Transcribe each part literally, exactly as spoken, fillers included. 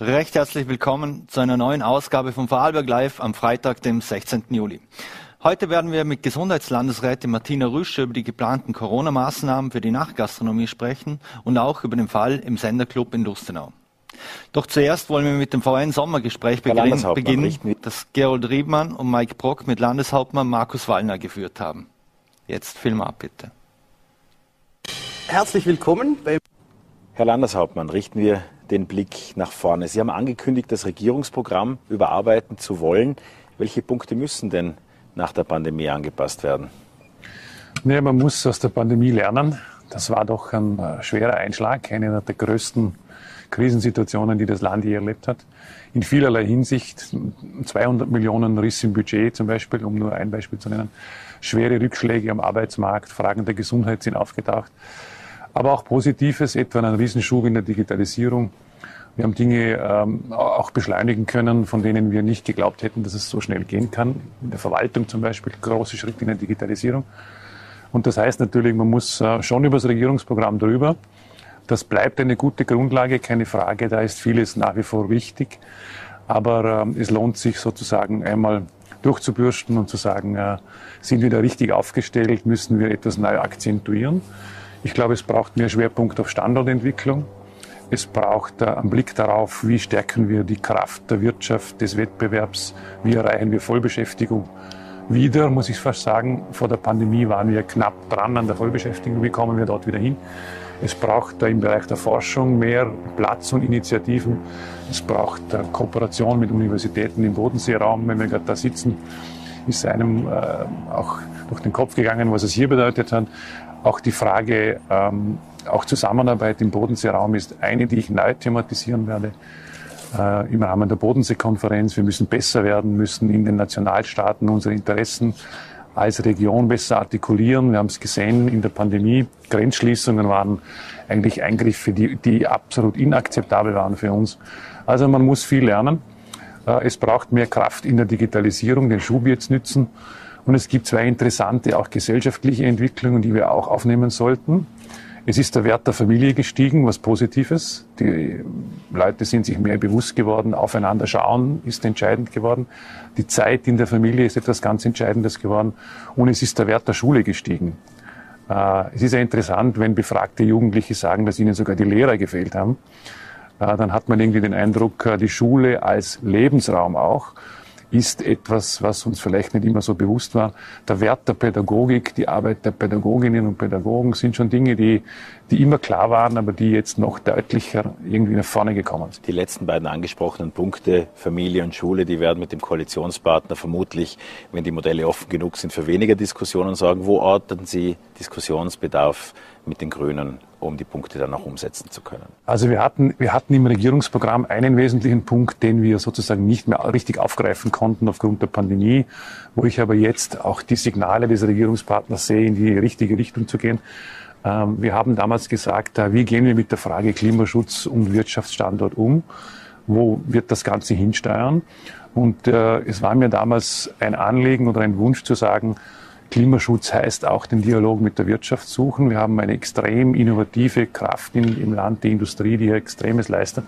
Recht herzlich willkommen zu einer neuen Ausgabe von Vorarlberg Live am Freitag, dem sechzehnten Juli. Heute werden wir mit Gesundheitslandesrätin Martina Rüscher über die geplanten Corona-Maßnahmen für die Nachtgastronomie sprechen und auch über den Fall im Senderclub in Lustenau. Doch zuerst wollen wir mit dem V N-Sommergespräch beginnen, beginnen das Gerold Riebmann und Mike Brock mit Landeshauptmann Markus Wallner geführt haben. Jetzt Film ab, bitte. Herzlich willkommen bei Herr Landeshauptmann, richten wir den Blick nach vorne. Sie haben angekündigt, das Regierungsprogramm überarbeiten zu wollen. Welche Punkte müssen denn nach der Pandemie angepasst werden? Ja, man muss aus der Pandemie lernen. Das war doch ein äh, schwerer Einschlag, eine der größten Krisensituationen, die das Land je erlebt hat. In vielerlei Hinsicht, zweihundert Millionen Riss im Budget zum Beispiel, um nur ein Beispiel zu nennen. Schwere Rückschläge am Arbeitsmarkt, Fragen der Gesundheit sind aufgetaucht. Aber auch Positives, etwa einen Riesenschub in der Digitalisierung. Wir haben Dinge ähm, auch beschleunigen können, von denen wir nicht geglaubt hätten, dass es so schnell gehen kann. In der Verwaltung zum Beispiel, große Schritte in der Digitalisierung. Und das heißt natürlich, man muss äh, schon über das Regierungsprogramm drüber. Das bleibt eine gute Grundlage, keine Frage, da ist vieles nach wie vor wichtig. Aber äh, es lohnt sich sozusagen einmal durchzubürsten und zu sagen, äh, sind wir da richtig aufgestellt, müssen wir etwas neu akzentuieren. Ich glaube, es braucht mehr Schwerpunkt auf Standortentwicklung. Es braucht äh, einen Blick darauf, wie stärken wir die Kraft der Wirtschaft, des Wettbewerbs, wie erreichen wir Vollbeschäftigung. Wieder, muss ich fast sagen, vor der Pandemie waren wir knapp dran an der Vollbeschäftigung. Wie kommen wir dort wieder hin? Es braucht äh, im Bereich der Forschung mehr Platz und Initiativen. Es braucht äh, Kooperation mit Universitäten im Bodenseeraum. Wenn wir gerade da sitzen, ist einem äh, auch durch den Kopf gegangen, was es hier bedeutet hat. Auch die Frage, ähm, auch Zusammenarbeit im Bodenseeraum ist eine, die ich neu thematisieren werde äh, im Rahmen der Bodenseekonferenz. Wir müssen besser werden, müssen in den Nationalstaaten unsere Interessen als Region besser artikulieren. Wir haben es gesehen in der Pandemie. Grenzschließungen waren eigentlich Eingriffe, die, die absolut inakzeptabel waren für uns. Also man muss viel lernen. Äh, es braucht mehr Kraft in der Digitalisierung, den Schub jetzt nützen. Und es gibt zwei interessante, auch gesellschaftliche Entwicklungen, die wir auch aufnehmen sollten. Es ist der Wert der Familie gestiegen, was Positives. Die Leute sind sich mehr bewusst geworden, aufeinander schauen ist entscheidend geworden. Die Zeit in der Familie ist etwas ganz Entscheidendes geworden. Und es ist der Wert der Schule gestiegen. Es ist ja interessant, wenn befragte Jugendliche sagen, dass ihnen sogar die Lehrer gefehlt haben. Dann hat man irgendwie den Eindruck, die Schule als Lebensraum auch ist etwas, was uns vielleicht nicht immer so bewusst war. Der Wert der Pädagogik, die Arbeit der Pädagoginnen und Pädagogen sind schon Dinge, die, die immer klar waren, aber die jetzt noch deutlicher irgendwie nach vorne gekommen sind. Die letzten beiden angesprochenen Punkte, Familie und Schule, die werden mit dem Koalitionspartner vermutlich, wenn die Modelle offen genug sind, für weniger Diskussionen sorgen. Wo orten Sie Diskussionsbedarf mit den Grünen, um die Punkte dann auch umsetzen zu können? Also wir hatten, wir hatten im Regierungsprogramm einen wesentlichen Punkt, den wir sozusagen nicht mehr richtig aufgreifen konnten aufgrund der Pandemie, wo ich aber jetzt auch die Signale des Regierungspartners sehe, in die richtige Richtung zu gehen. Wir haben damals gesagt, wie gehen wir mit der Frage Klimaschutz und Wirtschaftsstandort um? Wo wird das Ganze hinsteuern? Und es war mir damals ein Anliegen oder ein Wunsch zu sagen, Klimaschutz heißt auch den Dialog mit der Wirtschaft suchen. Wir haben eine extrem innovative Kraft in, im Land, die Industrie, die hier Extremes leistet.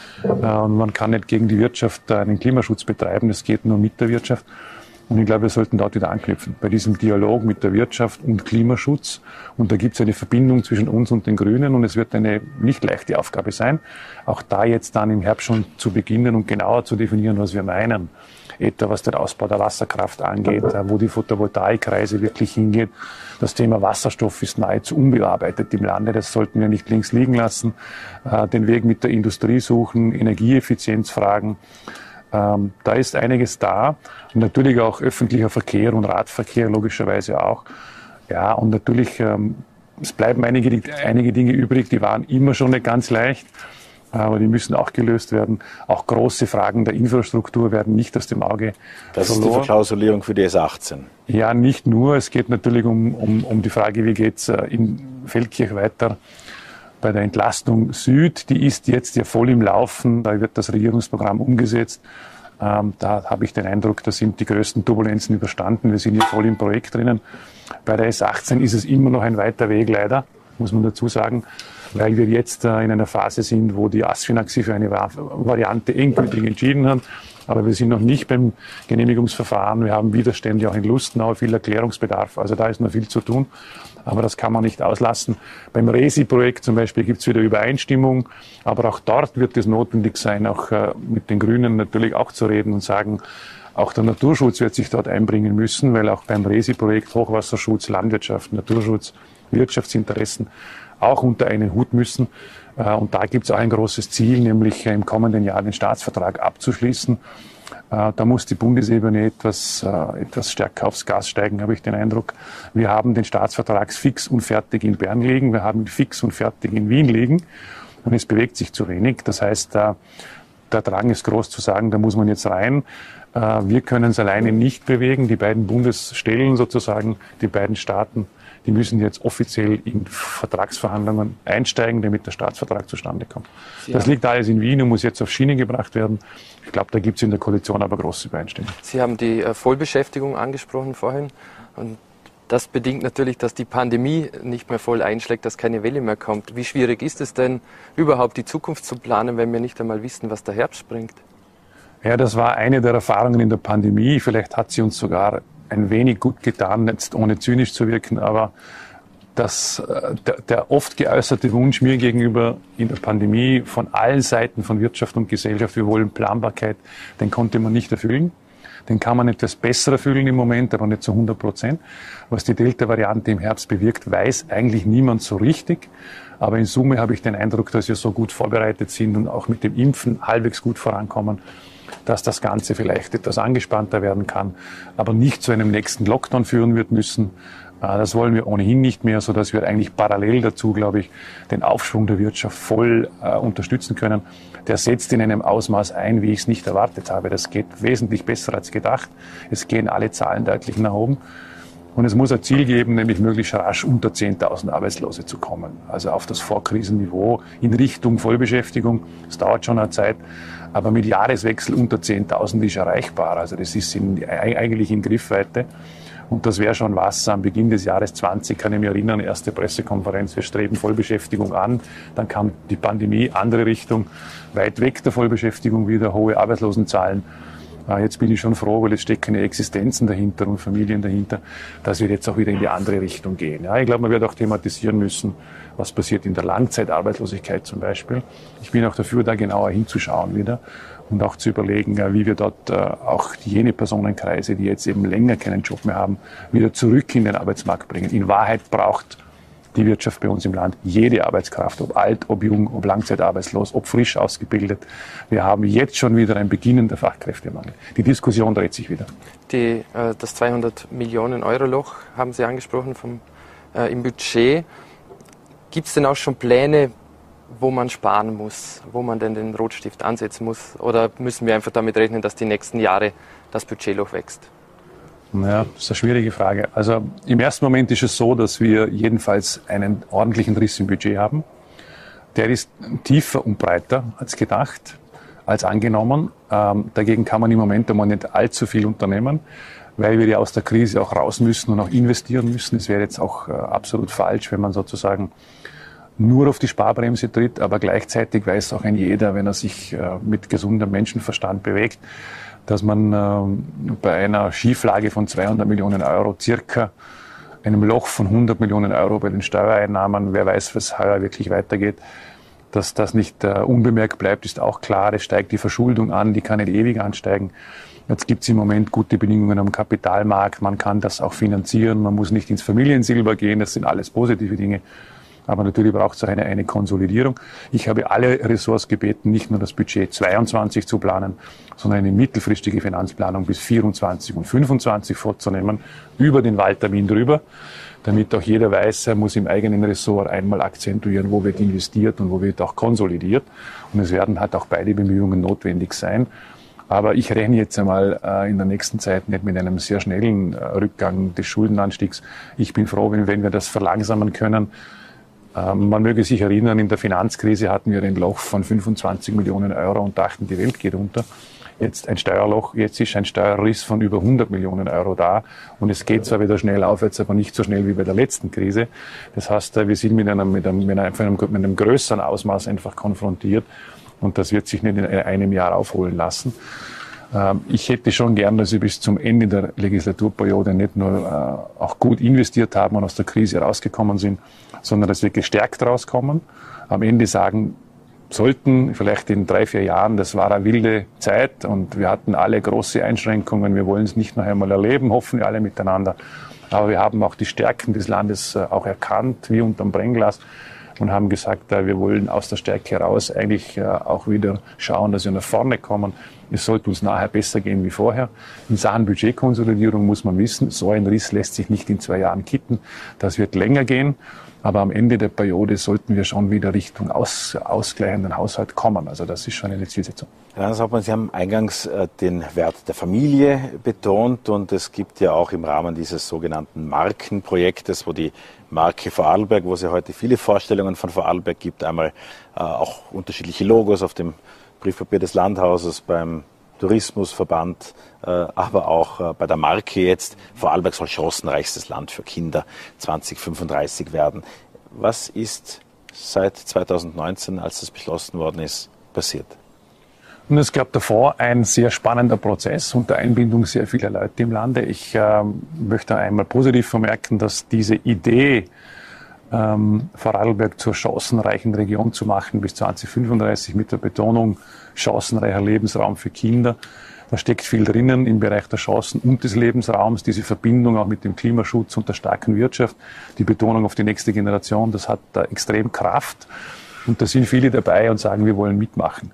Und man kann nicht gegen die Wirtschaft einen Klimaschutz betreiben, das geht nur mit der Wirtschaft. Und ich glaube, wir sollten dort wieder anknüpfen, bei diesem Dialog mit der Wirtschaft und Klimaschutz. Und da gibt es eine Verbindung zwischen uns und den Grünen und es wird eine nicht leichte Aufgabe sein, auch da jetzt dann im Herbst schon zu beginnen und genauer zu definieren, was wir meinen. Etwa was den Ausbau der Wasserkraft angeht, wo die Photovoltaikreise wirklich hingeht. Das Thema Wasserstoff ist nahezu unbearbeitet im Lande, das sollten wir nicht links liegen lassen. Den Weg mit der Industrie suchen, Energieeffizienzfragen. Ähm, da ist einiges da und natürlich auch öffentlicher Verkehr und Radverkehr logischerweise auch. Ja, und natürlich, ähm, es bleiben einige, einige Dinge übrig, die waren immer schon nicht ganz leicht, aber die müssen auch gelöst werden. Auch große Fragen der Infrastruktur werden nicht aus dem Auge das verloren. Das ist die Verklausulierung für die S achtzehn. Ja, nicht nur. Es geht natürlich um, um, um die Frage, wie geht's in Feldkirch weiter. Bei der Entlastung Süd, die ist jetzt ja voll im Laufen, da wird das Regierungsprogramm umgesetzt. Ähm, da habe ich den Eindruck, da sind die größten Turbulenzen überstanden. Wir sind hier voll im Projekt drinnen. Bei der S achtzehn ist es immer noch ein weiter Weg leider. muss man dazu sagen, weil wir jetzt äh, in einer Phase sind, wo die ASFINAG sich für eine Variante endgültig entschieden hat. Aber wir sind noch nicht beim Genehmigungsverfahren. Wir haben Widerstände auch in Lustenau, viel Erklärungsbedarf. Also da ist noch viel zu tun. Aber das kann man nicht auslassen. Beim Resi-Projekt zum Beispiel gibt es wieder Übereinstimmung. Aber auch dort wird es notwendig sein, auch äh, mit den Grünen natürlich auch zu reden und sagen, auch der Naturschutz wird sich dort einbringen müssen, weil auch beim Resi-Projekt Hochwasserschutz, Landwirtschaft, Naturschutz, Wirtschaftsinteressen auch unter einen Hut müssen. Und da gibt es auch ein großes Ziel, nämlich im kommenden Jahr den Staatsvertrag abzuschließen. Da muss die Bundesebene etwas, etwas stärker aufs Gas steigen, habe ich den Eindruck. Wir haben den Staatsvertrag fix und fertig in Bern liegen, wir haben ihn fix und fertig in Wien liegen und es bewegt sich zu wenig. Das heißt, der Drang ist groß zu sagen, da muss man jetzt rein. Wir können es alleine nicht bewegen. Die beiden Bundesstellen sozusagen, die beiden Staaten, die müssen jetzt offiziell in Vertragsverhandlungen einsteigen, damit der Staatsvertrag zustande kommt. Sie das liegt alles in Wien und muss jetzt auf Schiene gebracht werden. Ich glaube, da gibt es in der Koalition aber große Übereinstimmung. Sie haben die Vollbeschäftigung angesprochen vorhin. Und das bedingt natürlich, dass die Pandemie nicht mehr voll einschlägt, dass keine Welle mehr kommt. Wie schwierig ist es denn, überhaupt die Zukunft zu planen, wenn wir nicht einmal wissen, was der Herbst bringt? Ja, das war eine der Erfahrungen in der Pandemie. Vielleicht hat sie uns sogar ein wenig gut getan, jetzt ohne zynisch zu wirken, aber das, der, der oft geäußerte Wunsch mir gegenüber in der Pandemie von allen Seiten von Wirtschaft und Gesellschaft, wir wollen Planbarkeit, den konnte man nicht erfüllen. Den kann man etwas besser erfüllen im Moment, aber nicht zu hundert Prozent. Was die Delta-Variante im Herbst bewirkt, weiß eigentlich niemand so richtig. Aber in Summe habe ich den Eindruck, dass wir so gut vorbereitet sind und auch mit dem Impfen halbwegs gut vorankommen, dass das Ganze vielleicht etwas angespannter werden kann, aber nicht zu einem nächsten Lockdown führen wird müssen. Das wollen wir ohnehin nicht mehr, sodass wir eigentlich parallel dazu, glaube ich, den Aufschwung der Wirtschaft voll äh, unterstützen können. Der setzt in einem Ausmaß ein, wie ich es nicht erwartet habe. Das geht wesentlich besser als gedacht. Es gehen alle Zahlen deutlich nach oben. Und es muss ein Ziel geben, nämlich möglichst rasch unter zehntausend Arbeitslose zu kommen. Also auf das Vorkrisenniveau in Richtung Vollbeschäftigung. Es dauert schon eine Zeit. Aber mit Jahreswechsel unter zehntausend ist erreichbar. Also das ist in, eigentlich in Griffweite. Und das wäre schon was. Am Beginn des Jahres zwanzig kann ich mich erinnern, erste Pressekonferenz, wir streben Vollbeschäftigung an. Dann kam die Pandemie, andere Richtung, weit weg der Vollbeschäftigung wieder, hohe Arbeitslosenzahlen. Jetzt bin ich schon froh, weil es stecken Existenzen dahinter und Familien dahinter, dass wir jetzt auch wieder in die andere Richtung gehen. Ja, ich glaube, man wird auch thematisieren müssen, was passiert in der Langzeitarbeitslosigkeit zum Beispiel. Ich bin auch dafür, da genauer hinzuschauen wieder und auch zu überlegen, wie wir dort auch jene Personenkreise, die jetzt eben länger keinen Job mehr haben, wieder zurück in den Arbeitsmarkt bringen. In Wahrheit braucht die Wirtschaft bei uns im Land jede Arbeitskraft, ob alt, ob jung, ob langzeitarbeitslos, ob frisch ausgebildet. Wir haben jetzt schon wieder ein beginnender Fachkräftemangel. Die Diskussion dreht sich wieder. Die, äh, das zweihundert Millionen Euro Loch haben Sie angesprochen vom, äh, im Budget. Gibt es denn auch schon Pläne, wo man sparen muss, wo man denn den Rotstift ansetzen muss? Oder müssen wir einfach damit rechnen, dass die nächsten Jahre das Budgetloch wächst? Ja, das ist eine schwierige Frage. Also im ersten Moment ist es so, dass wir jedenfalls einen ordentlichen Riss im Budget haben. Der ist tiefer und breiter als gedacht, als angenommen. Ähm, dagegen kann man im Moment einmal nicht allzu viel unternehmen, weil wir ja aus der Krise auch raus müssen und auch investieren müssen. Es wäre jetzt auch äh, absolut falsch, wenn man sozusagen nur auf die Sparbremse tritt, aber gleichzeitig weiß auch ein jeder, wenn er sich äh, mit gesundem Menschenverstand bewegt, dass man äh, bei einer Schieflage von zweihundert Millionen Euro circa einem Loch von hundert Millionen Euro bei den Steuereinnahmen, wer weiß, was heuer wirklich weitergeht, dass das nicht äh, unbemerkt bleibt, ist auch klar. Es steigt die Verschuldung an, die kann nicht ewig ansteigen. Jetzt gibt es im Moment gute Bedingungen am Kapitalmarkt, man kann das auch finanzieren, man muss nicht ins Familiensilber gehen, das sind alles positive Dinge. Aber natürlich braucht es auch eine, eine Konsolidierung. Ich habe alle Ressorts gebeten, nicht nur das Budget zweiundzwanzig zu planen, sondern eine mittelfristige Finanzplanung bis vierundzwanzig und fünfundzwanzig vorzunehmen, über den Wahltermin drüber, damit auch jeder weiß, er muss im eigenen Ressort einmal akzentuieren, wo wird investiert und wo wird auch konsolidiert. Und es werden halt auch beide Bemühungen notwendig sein. Aber ich rechne jetzt einmal äh, in der nächsten Zeit nicht mit einem sehr schnellen äh, Rückgang des Schuldenanstiegs. Ich bin froh, wenn, wenn wir das verlangsamen können. Man möge sich erinnern, in der Finanzkrise hatten wir ein Loch von fünfundzwanzig Millionen Euro und dachten, die Welt geht unter. jetzt ein Steuerloch, jetzt ist ein Steuerriss von über hundert Millionen Euro da und es geht zwar wieder schnell aufwärts, aber nicht so schnell wie bei der letzten Krise. Das heißt, wir sind mit einem, mit einem, mit einem, mit einem größeren Ausmaß einfach konfrontiert und das wird sich nicht in einem Jahr aufholen lassen. Ich hätte schon gern, dass wir bis zum Ende der Legislaturperiode nicht nur auch gut investiert haben und aus der Krise rausgekommen sind, sondern dass wir gestärkt rauskommen. Am Ende sagen sollten, vielleicht in drei, vier Jahren, das war eine wilde Zeit und wir hatten alle große Einschränkungen. Wir wollen es nicht noch einmal erleben, hoffen wir alle miteinander. Aber wir haben auch die Stärken des Landes auch erkannt, wie unterm Brennglas, und haben gesagt, wir wollen aus der Stärke heraus eigentlich auch wieder schauen, dass wir nach vorne kommen. Es sollte uns nachher besser gehen wie vorher. In Sachen Budgetkonsolidierung muss man wissen, so ein Riss lässt sich nicht in zwei Jahren kitten. Das wird länger gehen. Aber am Ende der Periode sollten wir schon wieder Richtung aus, ausgleichenden Haushalt kommen. Also das ist schon eine Zielsetzung. Herr Landeshauptmann, Sie haben eingangs äh, den Wert der Familie betont und es gibt ja auch im Rahmen dieses sogenannten Markenprojektes, wo die Marke Vorarlberg, wo es ja heute viele Vorstellungen von Vorarlberg gibt, einmal äh, auch unterschiedliche Logos auf dem Briefpapier des Landhauses, beim Tourismusverband, äh, aber auch äh, bei der Marke jetzt. Vorarlberg soll chancenreichstes Land für Kinder zwanzig fünfunddreißig werden. Was ist seit zweitausendneunzehn, als das beschlossen worden ist, passiert? Und es gab davor ein sehr spannender Prozess unter Einbindung sehr vieler Leute im Lande. Ich äh, möchte einmal positiv vermerken, dass diese Idee, ähm, Vorarlberg zur chancenreichen Region zu machen bis zwanzig fünfunddreißig mit der Betonung chancenreicher Lebensraum für Kinder, da steckt viel drinnen im Bereich der Chancen und des Lebensraums, diese Verbindung auch mit dem Klimaschutz und der starken Wirtschaft, die Betonung auf die nächste Generation, das hat da extrem Kraft und da sind viele dabei und sagen, wir wollen mitmachen.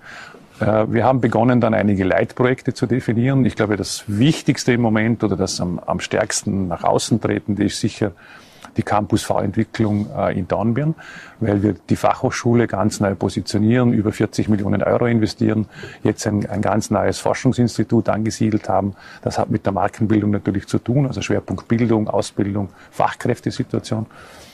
Wir haben begonnen, dann einige Leitprojekte zu definieren. Ich glaube, das Wichtigste im Moment oder das am, am stärksten nach außen tretende ist sicher die Campus-V-Entwicklung äh, in Dornbirn, weil wir die Fachhochschule ganz neu positionieren, über vierzig Millionen Euro investieren, jetzt ein, ein ganz neues Forschungsinstitut angesiedelt haben. Das hat mit der Markenbildung natürlich zu tun, also Schwerpunkt Bildung, Ausbildung, Fachkräftesituation.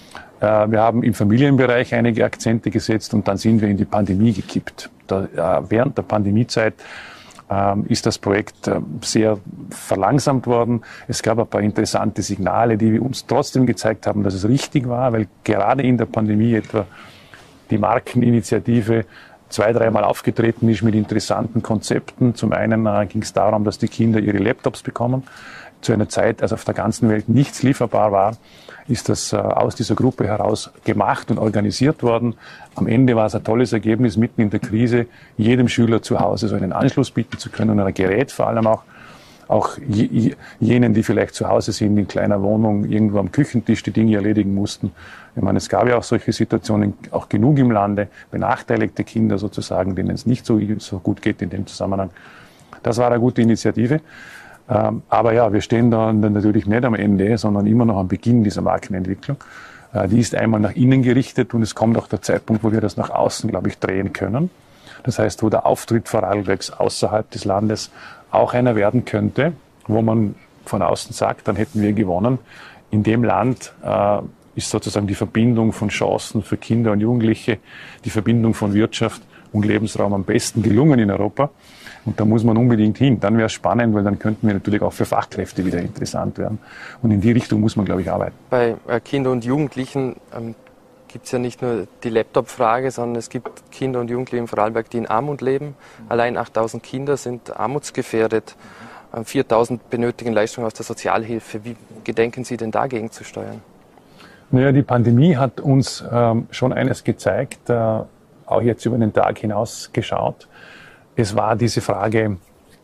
Äh, wir haben im Familienbereich einige Akzente gesetzt und dann sind wir in die Pandemie gekippt. Da, äh, während der Pandemiezeit ähm, ist das Projekt äh, sehr verlangsamt worden. Es gab ein paar interessante Signale, die uns trotzdem gezeigt haben, dass es richtig war, weil gerade in der Pandemie etwa die Markeninitiative zwei, dreimal aufgetreten ist mit interessanten Konzepten. Zum einen äh, ging es darum, dass die Kinder ihre Laptops bekommen. Zu einer Zeit, als auf der ganzen Welt nichts lieferbar war, ist das äh, aus dieser Gruppe heraus gemacht und organisiert worden. Am Ende war es ein tolles Ergebnis, mitten in der Krise jedem Schüler zu Hause so einen Anschluss bieten zu können und ein Gerät vor allem auch, auch je, jenen, die vielleicht zu Hause sind, in kleiner Wohnung, irgendwo am Küchentisch die Dinge erledigen mussten. Ich meine, es gab ja auch solche Situationen, auch genug im Lande, benachteiligte Kinder sozusagen, denen es nicht so, so gut geht in dem Zusammenhang. Das war eine gute Initiative. Ähm, aber ja, wir stehen da natürlich nicht am Ende, sondern immer noch am Beginn dieser Markenentwicklung. Äh, die ist einmal nach innen gerichtet und es kommt auch der Zeitpunkt, wo wir das nach außen, glaube ich, drehen können. Das heißt, wo der Auftritt Vorarlbergs außerhalb des Landes auch einer werden könnte, wo man von außen sagt, dann hätten wir gewonnen. In dem Land äh, ist sozusagen die Verbindung von Chancen für Kinder und Jugendliche, die Verbindung von Wirtschaft und Lebensraum am besten gelungen in Europa. Und da muss man unbedingt hin. Dann wäre es spannend, weil dann könnten wir natürlich auch für Fachkräfte wieder interessant werden. Und in die Richtung muss man, glaube ich, arbeiten. Bei äh, Kindern und Jugendlichen ähm, gibt es ja nicht nur die Laptop-Frage, sondern es gibt Kinder und Jugendliche in Vorarlberg, die in Armut leben. Allein achttausend Kinder sind armutsgefährdet. Ähm, viertausend benötigen Leistungen aus der Sozialhilfe. Wie gedenken Sie denn dagegen zu steuern? Naja, die Pandemie hat uns ähm, schon eines gezeigt, äh, auch jetzt über den Tag hinaus geschaut. Es war diese Frage,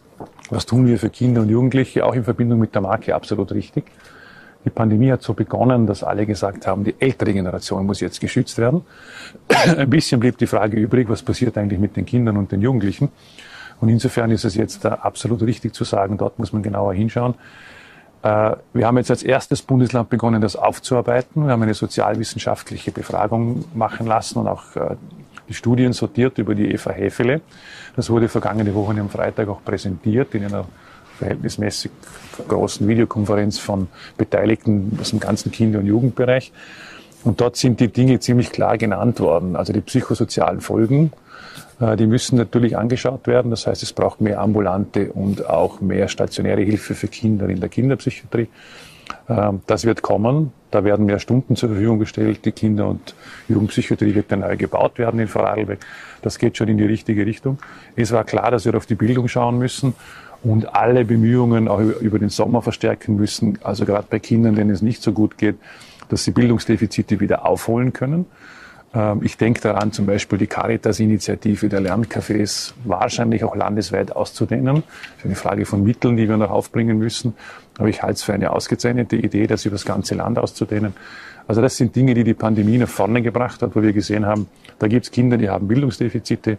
was tun wir für Kinder und Jugendliche, auch in Verbindung mit der Marke, absolut richtig. Die Pandemie hat so begonnen, dass alle gesagt haben, die ältere Generation muss jetzt geschützt werden. Ein bisschen blieb die Frage übrig, was passiert eigentlich mit den Kindern und den Jugendlichen. Und insofern ist es jetzt absolut richtig zu sagen, dort muss man genauer hinschauen. Wir haben jetzt als erstes Bundesland begonnen, das aufzuarbeiten. Wir haben eine sozialwissenschaftliche Befragung machen lassen und auch die Studien sortiert über die Eva Häfele. Das wurde vergangene Woche am Freitag auch präsentiert in einer verhältnismäßig großen Videokonferenz von Beteiligten aus dem ganzen Kinder- und Jugendbereich. Und dort sind die Dinge ziemlich klar genannt worden. Also die psychosozialen Folgen Die müssen natürlich angeschaut werden. Das heißt, es braucht mehr ambulante und auch mehr stationäre Hilfe für Kinder in der Kinderpsychiatrie. Das wird kommen. Da werden mehr Stunden zur Verfügung gestellt. Die Kinder- und Jugendpsychiatrie wird dann neu gebaut werden in Vorarlberg. Das geht schon in die richtige Richtung. Es war klar, dass wir auf die Bildung schauen müssen und alle Bemühungen auch über den Sommer verstärken müssen. Also gerade bei Kindern, denen es nicht so gut geht, dass sie Bildungsdefizite wieder aufholen können. Ich denke daran, zum Beispiel die Caritas-Initiative der Lerncafés wahrscheinlich auch landesweit auszudehnen. Das ist eine Frage von Mitteln, die wir noch aufbringen müssen. Aber ich halte es für eine ausgezeichnete Idee, das über das ganze Land auszudehnen. Also das sind Dinge, die die Pandemie nach vorne gebracht hat, wo wir gesehen haben, da gibt es Kinder, die haben Bildungsdefizite,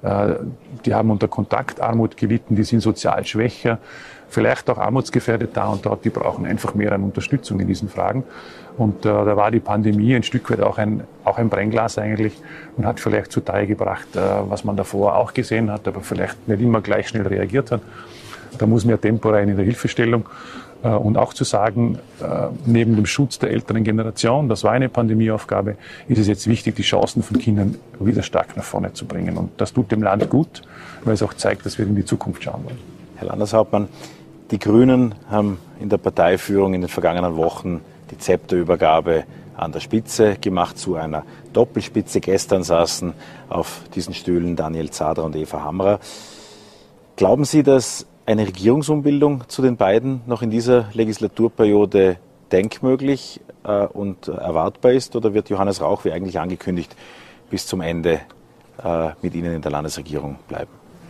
die haben unter Kontaktarmut gelitten, die sind sozial schwächer, vielleicht auch armutsgefährdet da und dort, die brauchen einfach mehr an Unterstützung in diesen Fragen. Und äh, da war die Pandemie ein Stück weit auch ein, auch ein Brennglas eigentlich und hat vielleicht zutage gebracht, äh, was man davor auch gesehen hat, aber vielleicht nicht immer gleich schnell reagiert hat. Da muss mehr Tempo rein in der Hilfestellung. Äh, und auch zu sagen, äh, neben dem Schutz der älteren Generation, das war eine Pandemieaufgabe, ist es jetzt wichtig, die Chancen von Kindern wieder stark nach vorne zu bringen. Und das tut dem Land gut, weil es auch zeigt, dass wir in die Zukunft schauen wollen. Herr Landeshauptmann, die Grünen haben in der Parteiführung in den vergangenen Wochen die Zepterübergabe an der Spitze gemacht zu einer Doppelspitze. Gestern saßen auf diesen Stühlen Daniel Zadra und Eva Hammerer. Glauben Sie, dass eine Regierungsumbildung zu den beiden noch in dieser Legislaturperiode denkmöglich äh, und erwartbar ist? Oder wird Johannes Rauch, wie eigentlich angekündigt, bis zum Ende äh, mit Ihnen in der Landesregierung bleiben?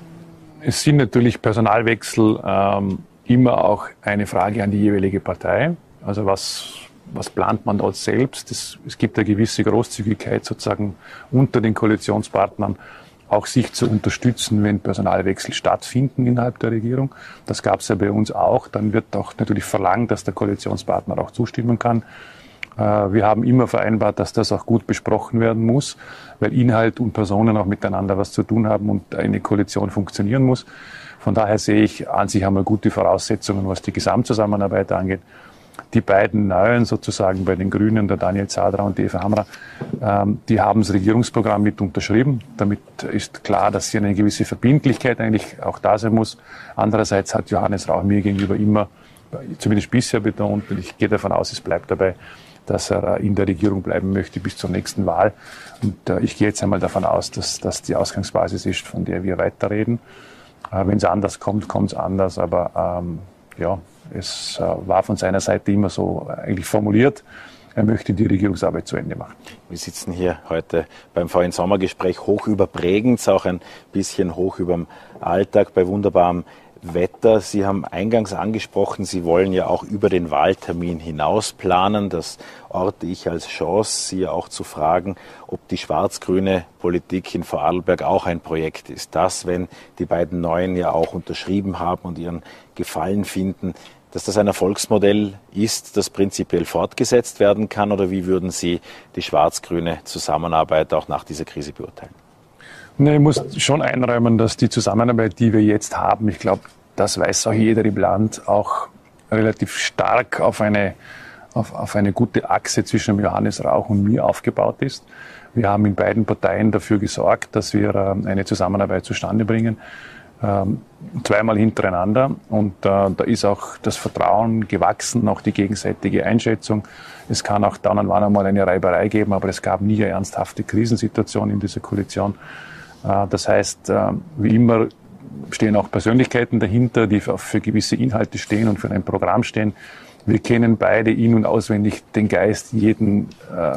Es sind natürlich Personalwechsel ähm, immer auch eine Frage an die jeweilige Partei. Also was, was plant man dort selbst? Es, es gibt eine gewisse Großzügigkeit sozusagen unter den Koalitionspartnern, auch sich zu unterstützen, wenn Personalwechsel stattfinden innerhalb der Regierung. Das gab es ja bei uns auch. Dann wird auch natürlich verlangt, dass der Koalitionspartner auch zustimmen kann. Äh, wir haben immer vereinbart, dass das auch gut besprochen werden muss, weil Inhalt und Personen auch miteinander was zu tun haben und eine Koalition funktionieren muss. Von daher sehe ich an sich einmal gute Voraussetzungen, was die Gesamtzusammenarbeit angeht. Die beiden Neuen sozusagen bei den Grünen, der Daniel Zadra und die Eva Hammerer, ähm, die haben das Regierungsprogramm mit unterschrieben. Damit ist klar, dass hier eine gewisse Verbindlichkeit eigentlich auch da sein muss. Andererseits hat Johannes Rauch mir gegenüber immer, zumindest bisher betont, und ich gehe davon aus, es bleibt dabei, dass er in der Regierung bleiben möchte bis zur nächsten Wahl. Und äh, ich gehe jetzt einmal davon aus, dass das die Ausgangsbasis ist, von der wir weiterreden. Äh, wenn es anders kommt, kommt es anders. Aber ähm, ja, es äh, war von seiner Seite immer so eigentlich formuliert, er möchte die Regierungsarbeit zu Ende machen. Wir sitzen hier heute beim V N-Sommergespräch hoch über Bregenz, auch ein bisschen hoch über dem Alltag bei wunderbarem Wetter. Sie haben eingangs angesprochen, Sie wollen ja auch über den Wahltermin hinaus planen. Das orte ich als Chance, Sie auch zu fragen, ob die schwarz-grüne Politik in Vorarlberg auch ein Projekt ist. Das, wenn die beiden Neuen ja auch unterschrieben haben und ihren Gefallen finden, dass das ein Erfolgsmodell ist, das prinzipiell fortgesetzt werden kann? Oder wie würden Sie die schwarz-grüne Zusammenarbeit auch nach dieser Krise beurteilen? Nee, ich muss schon einräumen, dass die Zusammenarbeit, die wir jetzt haben, ich glaube, das weiß auch jeder im Land, auch relativ stark auf eine, auf, auf eine gute Achse zwischen Johannes Rauch und mir aufgebaut ist. Wir haben in beiden Parteien dafür gesorgt, dass wir eine Zusammenarbeit zustande bringen, ähm, zweimal hintereinander. Und äh, da ist auch das Vertrauen gewachsen, auch die gegenseitige Einschätzung. Es kann auch dann und wann einmal eine Reiberei geben, aber es gab nie eine ernsthafte Krisensituation in dieser Koalition. Das heißt, wie immer stehen auch Persönlichkeiten dahinter, die für gewisse Inhalte stehen und für ein Programm stehen. Wir kennen beide in- und auswendig den Geist jeden,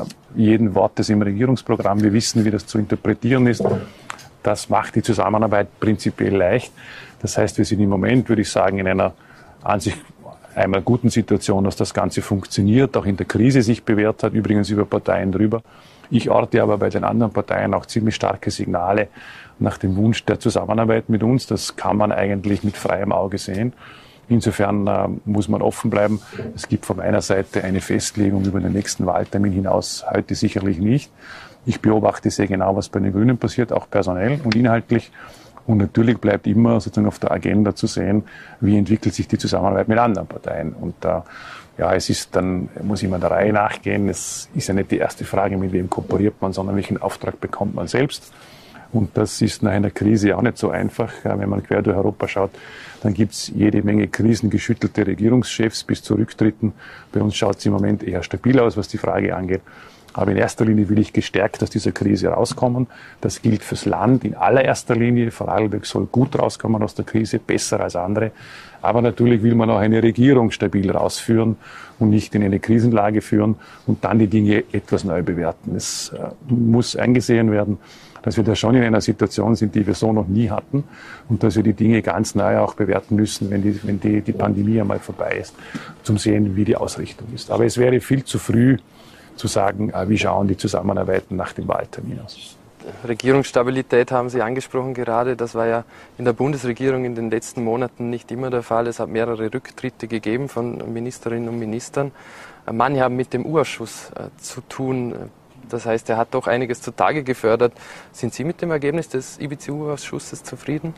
jeden Wortes im Regierungsprogramm. Wir wissen, wie das zu interpretieren ist. Das macht die Zusammenarbeit prinzipiell leicht. Das heißt, wir sind im Moment, würde ich sagen, in einer an sich einmal guten Situation, dass das Ganze funktioniert, auch in der Krise sich bewährt hat, übrigens über Parteien drüber. Ich orte aber bei den anderen Parteien auch ziemlich starke Signale nach dem Wunsch der Zusammenarbeit mit uns. Das kann man eigentlich mit freiem Auge sehen. Insofern äh, muss man offen bleiben. Es gibt von meiner Seite eine Festlegung über den nächsten Wahltermin hinaus heute sicherlich nicht. Ich beobachte sehr genau, was bei den Grünen passiert, auch personell und inhaltlich. Und natürlich bleibt immer sozusagen auf der Agenda zu sehen, wie entwickelt sich die Zusammenarbeit mit anderen Parteien. Und äh, ja, es ist dann, muss immer der Reihe nachgehen. Es ist ja nicht die erste Frage, mit wem kooperiert man, sondern welchen Auftrag bekommt man selbst. Und das ist nach einer Krise auch nicht so einfach. Wenn man quer durch Europa schaut, dann gibt es jede Menge krisengeschüttelte Regierungschefs bis zu Rücktritten. Bei uns schaut es im Moment eher stabil aus, was die Frage angeht. Aber in erster Linie will ich gestärkt aus dieser Krise rauskommen. Das gilt fürs Land in allererster Linie. Vorarlberg soll gut rauskommen aus der Krise, besser als andere. Aber natürlich will man auch eine Regierung stabil rausführen und nicht in eine Krisenlage führen und dann die Dinge etwas neu bewerten. Es äh, muss eingesehen werden, dass wir da schon in einer Situation sind, die wir so noch nie hatten und dass wir die Dinge ganz neu auch bewerten müssen, wenn die, wenn die, die Pandemie einmal vorbei ist, zum sehen, wie die Ausrichtung ist. Aber es wäre viel zu früh zu sagen, wie schauen die Zusammenarbeiten nach dem Wahltermin aus. Regierungsstabilität haben Sie angesprochen gerade. Das war ja in der Bundesregierung in den letzten Monaten nicht immer der Fall. Es hat mehrere Rücktritte gegeben von Ministerinnen und Ministern. Manche haben mit dem U-Ausschuss äh, zu tun. Das heißt, er hat doch einiges zutage gefördert. Sind Sie mit dem Ergebnis des I B C U-Ausschusses zufrieden?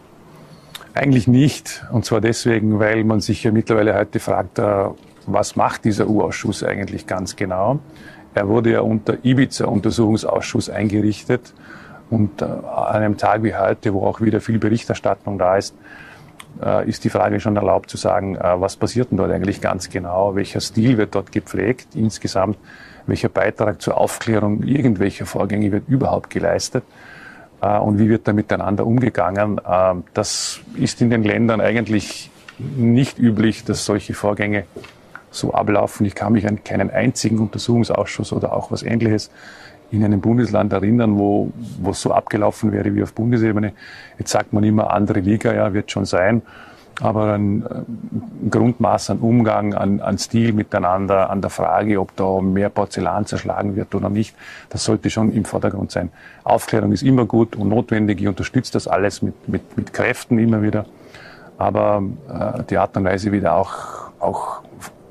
Eigentlich nicht. Und zwar deswegen, weil man sich ja mittlerweile heute fragt, was macht dieser U-Ausschuss eigentlich ganz genau? Er wurde ja unter Ibiza-Untersuchungsausschuss eingerichtet und äh, an einem Tag wie heute, wo auch wieder viel Berichterstattung da ist, äh, ist die Frage schon erlaubt zu sagen, äh, was passiert denn dort eigentlich ganz genau? Welcher Stil wird dort gepflegt insgesamt? Welcher Beitrag zur Aufklärung irgendwelcher Vorgänge wird überhaupt geleistet? Äh, und wie wird da miteinander umgegangen? Äh, das ist in den Ländern eigentlich nicht üblich, dass solche Vorgänge so ablaufen. Ich kann mich an keinen einzigen Untersuchungsausschuss oder auch was Ähnliches in einem Bundesland erinnern, wo wo es so abgelaufen wäre wie auf Bundesebene. Jetzt sagt man immer, andere Liga, ja, wird schon sein. Aber ein, ein Grundmaß an Umgang, an, an Stil miteinander, an der Frage, ob da mehr Porzellan zerschlagen wird oder nicht, das sollte schon im Vordergrund sein. Aufklärung ist immer gut und notwendig. Ich unterstütze das alles mit, mit, mit Kräften immer wieder. Aber äh, die Art und Weise, wie da auch, auch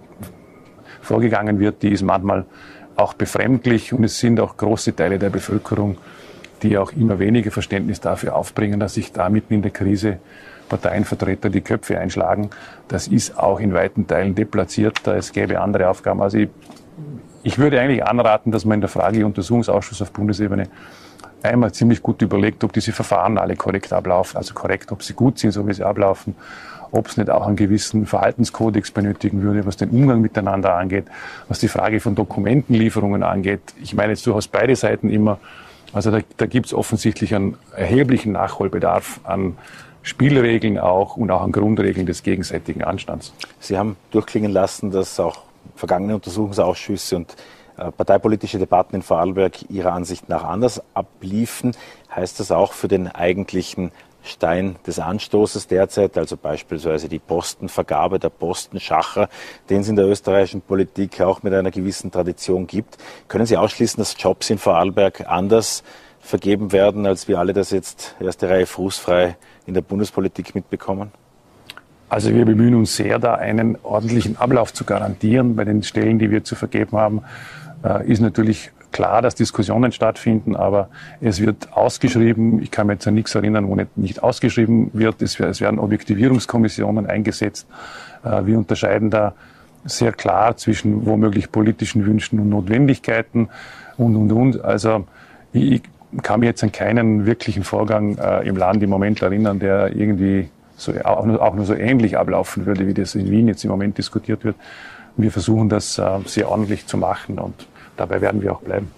vorgegangen wird, die ist manchmal auch befremdlich und es sind auch große Teile der Bevölkerung, die auch immer weniger Verständnis dafür aufbringen, dass sich da mitten in der Krise Parteienvertreter die Köpfe einschlagen. Das ist auch in weiten Teilen deplatziert, es gäbe andere Aufgaben. Also ich, ich würde eigentlich anraten, dass man in der Frage Untersuchungsausschuss auf Bundesebene einmal ziemlich gut überlegt, ob diese Verfahren alle korrekt ablaufen, also korrekt, ob sie gut sind, so wie sie ablaufen, ob es nicht auch einen gewissen Verhaltenskodex benötigen würde, was den Umgang miteinander angeht, was die Frage von Dokumentenlieferungen angeht. Ich meine jetzt durchaus beide Seiten immer. Also da, da gibt es offensichtlich einen erheblichen Nachholbedarf an Spielregeln auch und auch an Grundregeln des gegenseitigen Anstands. Sie haben durchklingen lassen, dass auch vergangene Untersuchungsausschüsse und äh, parteipolitische Debatten in Vorarlberg Ihrer Ansicht nach anders abliefen. Heißt das auch für den eigentlichen Stein des Anstoßes derzeit, also beispielsweise die Postenvergabe, der Postenschacher, den es in der österreichischen Politik auch mit einer gewissen Tradition gibt. Können Sie ausschließen, dass Jobs in Vorarlberg anders vergeben werden, als wir alle das jetzt erste Reihe fußfrei in der Bundespolitik mitbekommen? Also wir bemühen uns sehr, da einen ordentlichen Ablauf zu garantieren. Bei den Stellen, die wir zu vergeben haben, ist natürlich klar, dass Diskussionen stattfinden, aber es wird ausgeschrieben. Ich kann mir jetzt an nichts erinnern, wo nicht, nicht ausgeschrieben wird. Es, es werden Objektivierungskommissionen eingesetzt. Wir unterscheiden da sehr klar zwischen womöglich politischen Wünschen und Notwendigkeiten und, und, und. Also ich kann mich jetzt an keinen wirklichen Vorgang äh, im Land im Moment erinnern, der irgendwie so, auch, nur, auch nur so ähnlich ablaufen würde, wie das in Wien jetzt im Moment diskutiert wird. Und wir versuchen das äh, sehr ordentlich zu machen und dabei werden wir auch bleiben.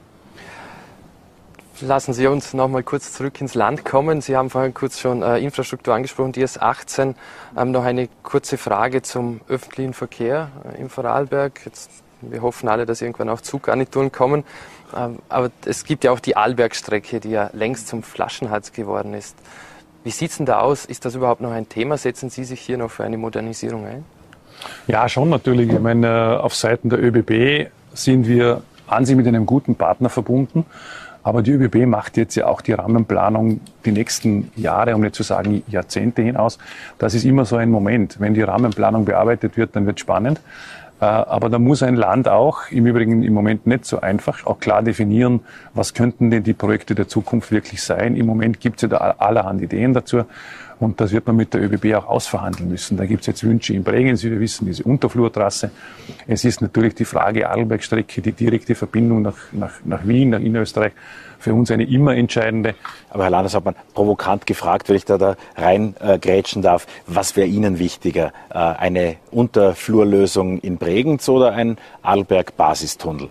Lassen Sie uns noch mal kurz zurück ins Land kommen. Sie haben vorhin kurz schon äh, Infrastruktur angesprochen, die S achtzehn. Ähm, noch eine kurze Frage zum öffentlichen Verkehr äh, im Vorarlberg. Jetzt, wir hoffen alle, dass irgendwann auch Zuggarnituren kommen. Ähm, aber es gibt ja auch die Arlbergstrecke, die ja längst zum Flaschenhals geworden ist. Wie sieht es denn da aus? Ist das überhaupt noch ein Thema? Setzen Sie sich hier noch für eine Modernisierung ein? Ja, schon natürlich. Ich meine, auf Seiten der ÖBB sind wir an sich mit einem guten Partner verbunden. Aber die ÖBB macht jetzt ja auch die Rahmenplanung die nächsten Jahre, um nicht zu sagen Jahrzehnte hinaus. Das ist immer so ein Moment. Wenn die Rahmenplanung bearbeitet wird, dann wird es spannend. Aber da muss ein Land auch, im Übrigen im Moment nicht so einfach, auch klar definieren, was könnten denn die Projekte der Zukunft wirklich sein. Im Moment gibt es ja da allerhand Ideen dazu. Und das wird man mit der ÖBB auch ausverhandeln müssen. Da gibt es jetzt Wünsche in Bregenz, wie wir wissen, diese Unterflurtrasse. Es ist natürlich die Frage Arlbergstrecke, die direkte Verbindung nach, nach, nach Wien, nach Innerösterreich, für uns eine immer entscheidende. Aber Herr Landeshauptmann, provokant gefragt, wenn ich da, da rein äh, grätschen darf, was wäre Ihnen wichtiger? Äh, eine Unterflurlösung in Bregenz oder ein Arlberg-Basistunnel?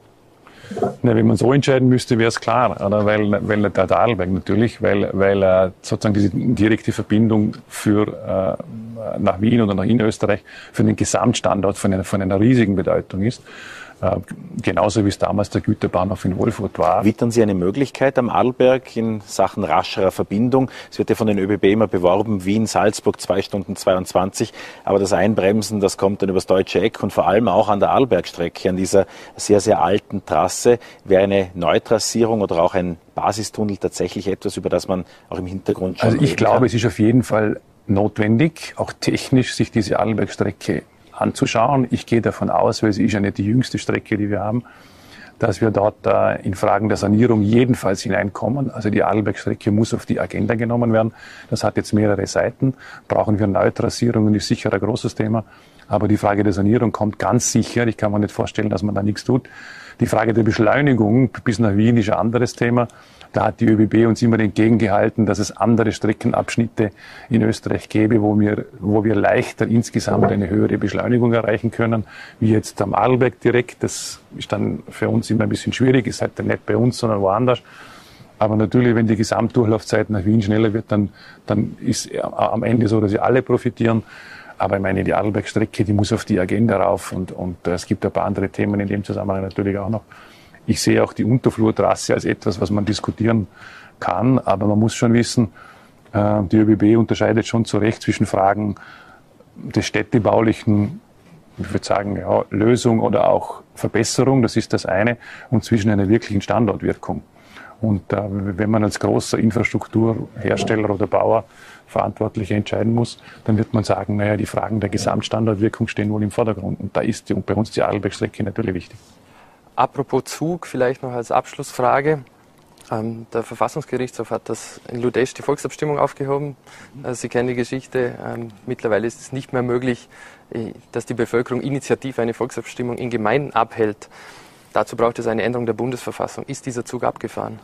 Na, wenn man so entscheiden müsste, wäre es klar, oder? Weil, weil der, der Arlberg natürlich, weil, weil äh, sozusagen diese direkte Verbindung für, äh, nach Wien oder nach Innerösterreich für den Gesamtstandort von einer, von einer riesigen Bedeutung ist. Äh, genauso wie es damals der Güterbahnhof in Wolfurt war. Wittern Sie eine Möglichkeit am Arlberg in Sachen rascherer Verbindung? Es wird ja von den ÖBB immer beworben, Wien, Salzburg, zwei Stunden zweiundzwanzig. Aber das Einbremsen, das kommt dann übers deutsche Eck und vor allem auch an der Arlbergstrecke, an dieser sehr, sehr alten Trasse. Wäre eine Neutrassierung oder auch ein Basistunnel tatsächlich etwas, über das man auch im Hintergrund schon Also ich glaube, kann? Es ist auf jeden Fall notwendig, auch technisch, sich diese Arlbergstrecke anzuschauen. Ich gehe davon aus, weil sie ist ja nicht die jüngste Strecke, die wir haben, dass wir dort äh, in Fragen der Sanierung jedenfalls hineinkommen. Also die Arlbergstrecke muss auf die Agenda genommen werden. Das hat jetzt mehrere Seiten. Brauchen wir Neutrassierungen, ist sicher ein großes Thema. Aber die Frage der Sanierung kommt ganz sicher. Ich kann mir nicht vorstellen, dass man da nichts tut. Die Frage der Beschleunigung bis nach Wien ist ein anderes Thema. Da hat die ÖBB uns immer entgegengehalten, dass es andere Streckenabschnitte in Österreich gäbe, wo wir, wo wir leichter insgesamt eine höhere Beschleunigung erreichen können, wie jetzt am Arlberg direkt. Das ist dann für uns immer ein bisschen schwierig, ist halt nicht bei uns, sondern woanders. Aber natürlich, wenn die Gesamtdurchlaufzeit nach Wien schneller wird, dann, dann ist am Ende so, dass sie alle profitieren. Aber ich meine, die Arlbergstrecke, die muss auf die Agenda rauf und, und es gibt ein paar andere Themen in dem Zusammenhang natürlich auch noch. Ich sehe auch die Unterflurtrasse als etwas, was man diskutieren kann, aber man muss schon wissen, äh, die ÖBB unterscheidet schon zu Recht zwischen Fragen des städtebaulichen, ich würde sagen, ja, Lösung oder auch Verbesserung, das ist das eine, und zwischen einer wirklichen Standortwirkung. Und äh, wenn man als großer Infrastrukturhersteller oder Bauer Verantwortliche entscheiden muss, dann wird man sagen, naja, die Fragen der Gesamtstandortwirkung stehen wohl im Vordergrund. Und da ist die, und bei uns die Arlbergstrecke natürlich wichtig. Apropos Zug, vielleicht noch als Abschlussfrage. Ähm, der Verfassungsgerichtshof hat das in Ludesch die Volksabstimmung aufgehoben. Also Sie kennen die Geschichte. Ähm, mittlerweile ist es nicht mehr möglich, dass die Bevölkerung initiativ eine Volksabstimmung in Gemeinden abhält. Dazu braucht es eine Änderung der Bundesverfassung. Ist dieser Zug abgefahren?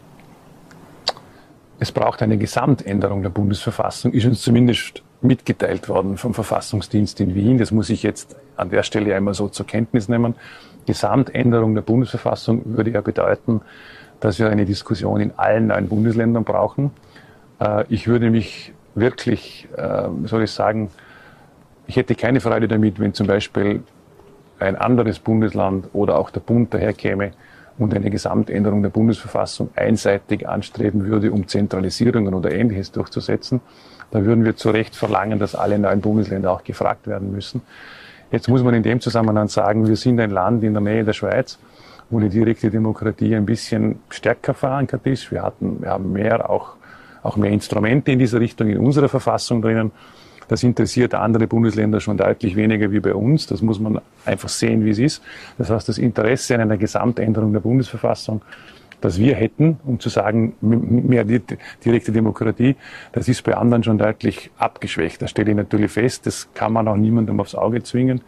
Es braucht eine Gesamtänderung der Bundesverfassung, ist uns zumindest mitgeteilt worden vom Verfassungsdienst in Wien. Das muss ich jetzt an der Stelle einmal so zur Kenntnis nehmen. Gesamtänderung der Bundesverfassung würde ja bedeuten, dass wir eine Diskussion in allen neuen Bundesländern brauchen. Ich würde mich wirklich, soll ich sagen, ich hätte keine Freude damit, wenn zum Beispiel ein anderes Bundesland oder auch der Bund daherkäme und eine Gesamtänderung der Bundesverfassung einseitig anstreben würde, um Zentralisierungen oder Ähnliches durchzusetzen. Da würden wir zu Recht verlangen, dass alle neuen Bundesländer auch gefragt werden müssen. Jetzt muss man in dem Zusammenhang sagen, wir sind ein Land in der Nähe der Schweiz, wo die direkte Demokratie ein bisschen stärker verankert ist. Wir hatten, wir haben mehr, auch, auch mehr Instrumente in dieser Richtung in unserer Verfassung drinnen. Das interessiert andere Bundesländer schon deutlich weniger wie bei uns. Das muss man einfach sehen, wie es ist. Das heißt, das Interesse an einer Gesamtänderung der Bundesverfassung, das wir hätten, um zu sagen, mehr direkte Demokratie, das ist bei anderen schon deutlich abgeschwächt. Das stelle ich natürlich fest. Das kann man auch niemandem aufs Auge zwingen,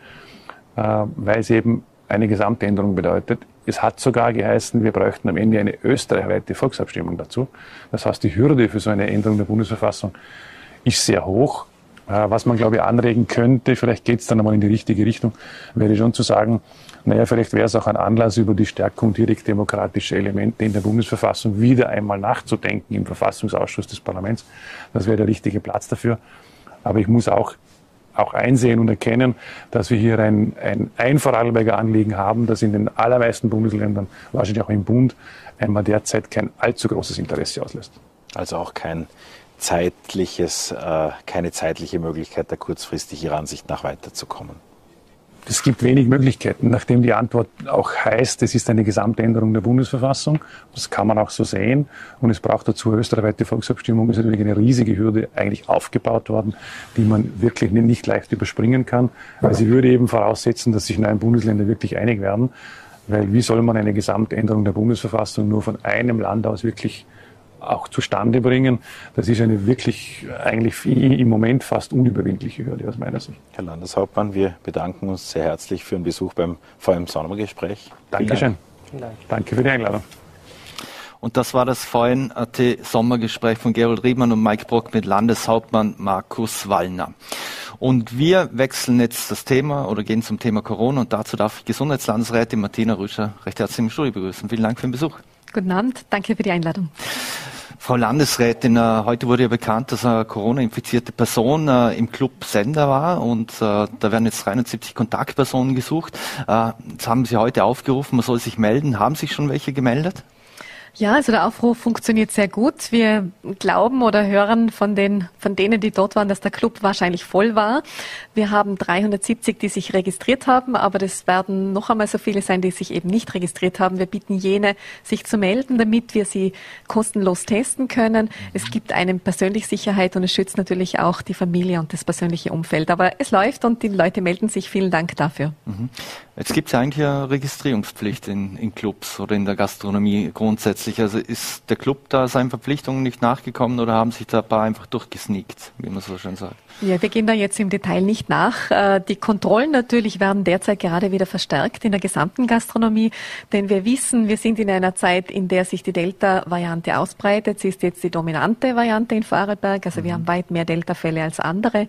weil es eben eine Gesamtänderung bedeutet. Es hat sogar geheißen, wir bräuchten am Ende eine österreichweite Volksabstimmung dazu. Das heißt, die Hürde für so eine Änderung der Bundesverfassung ist sehr hoch. Was man, glaube ich, anregen könnte, vielleicht geht es dann einmal in die richtige Richtung, wäre schon zu sagen, naja, vielleicht wäre es auch ein Anlass, über die Stärkung direktdemokratischer Elemente in der Bundesverfassung wieder einmal nachzudenken im Verfassungsausschuss des Parlaments. Das wäre der richtige Platz dafür. Aber ich muss auch, auch einsehen und erkennen, dass wir hier ein, ein, ein Vorarlberger Anliegen haben, das in den allermeisten Bundesländern, wahrscheinlich auch im Bund, einmal derzeit kein allzu großes Interesse auslöst. Also auch kein zeitliches, äh, keine zeitliche Möglichkeit, da kurzfristig Ihrer Ansicht nach weiterzukommen? Es gibt wenig Möglichkeiten, nachdem die Antwort auch heißt, es ist eine Gesamtänderung der Bundesverfassung. Das kann man auch so sehen. Und es braucht dazu eine österreichweite Volksabstimmung. Es ist natürlich eine riesige Hürde eigentlich aufgebaut worden, die man wirklich nicht leicht überspringen kann. Weil sie würde eben voraussetzen, dass sich neun Bundesländer wirklich einig werden. Weil wie soll man eine Gesamtänderung der Bundesverfassung nur von einem Land aus wirklich auch zustande bringen. Das ist eine wirklich eigentlich im Moment fast unüberwindliche Hürde aus meiner Sicht. Herr Landeshauptmann, wir bedanken uns sehr herzlich für den Besuch beim V M Sommergespräch. Dankeschön. Vielen Dank. Danke für die Einladung. Und das war das V N A T Sommergespräch von Gerold Riedmann und Mike Brock mit Landeshauptmann Markus Wallner. Und wir wechseln jetzt das Thema oder gehen zum Thema Corona und dazu darf ich Gesundheitslandesrätin Martina Rüscher recht herzlich im Studio begrüßen. Vielen Dank für den Besuch. Guten Abend, danke für die Einladung. Frau Landesrätin, heute wurde ja bekannt, dass eine Corona-infizierte Person im Club Sender war und da werden jetzt dreihundertsiebzig Kontaktpersonen gesucht. Jetzt haben Sie heute aufgerufen, man soll sich melden. Haben sich schon welche gemeldet? Ja, also der Aufruf funktioniert sehr gut. Wir glauben oder hören von den, von denen, die dort waren, dass der Club wahrscheinlich voll war. Wir haben dreihundertsiebzig, die sich registriert haben, aber das werden noch einmal so viele sein, die sich eben nicht registriert haben. Wir bitten jene, sich zu melden, damit wir sie kostenlos testen können. Es gibt einem persönlich Sicherheit und es schützt natürlich auch die Familie und das persönliche Umfeld. Aber es läuft und die Leute melden sich. Vielen Dank dafür. Jetzt gibt es ja eigentlich eine Registrierungspflicht in, in Clubs oder in der Gastronomie grundsätzlich. Also ist der Club da seinen Verpflichtungen nicht nachgekommen oder haben sich da ein paar einfach durchgesneakt, wie man so schön sagt? Ja, wir gehen da jetzt im Detail nicht nach. Die Kontrollen natürlich werden derzeit gerade wieder verstärkt in der gesamten Gastronomie, denn wir wissen, wir sind in einer Zeit, in der sich die Delta-Variante ausbreitet. Sie ist jetzt die dominante Variante in Vorarlberg, also wir haben weit mehr Delta-Fälle als andere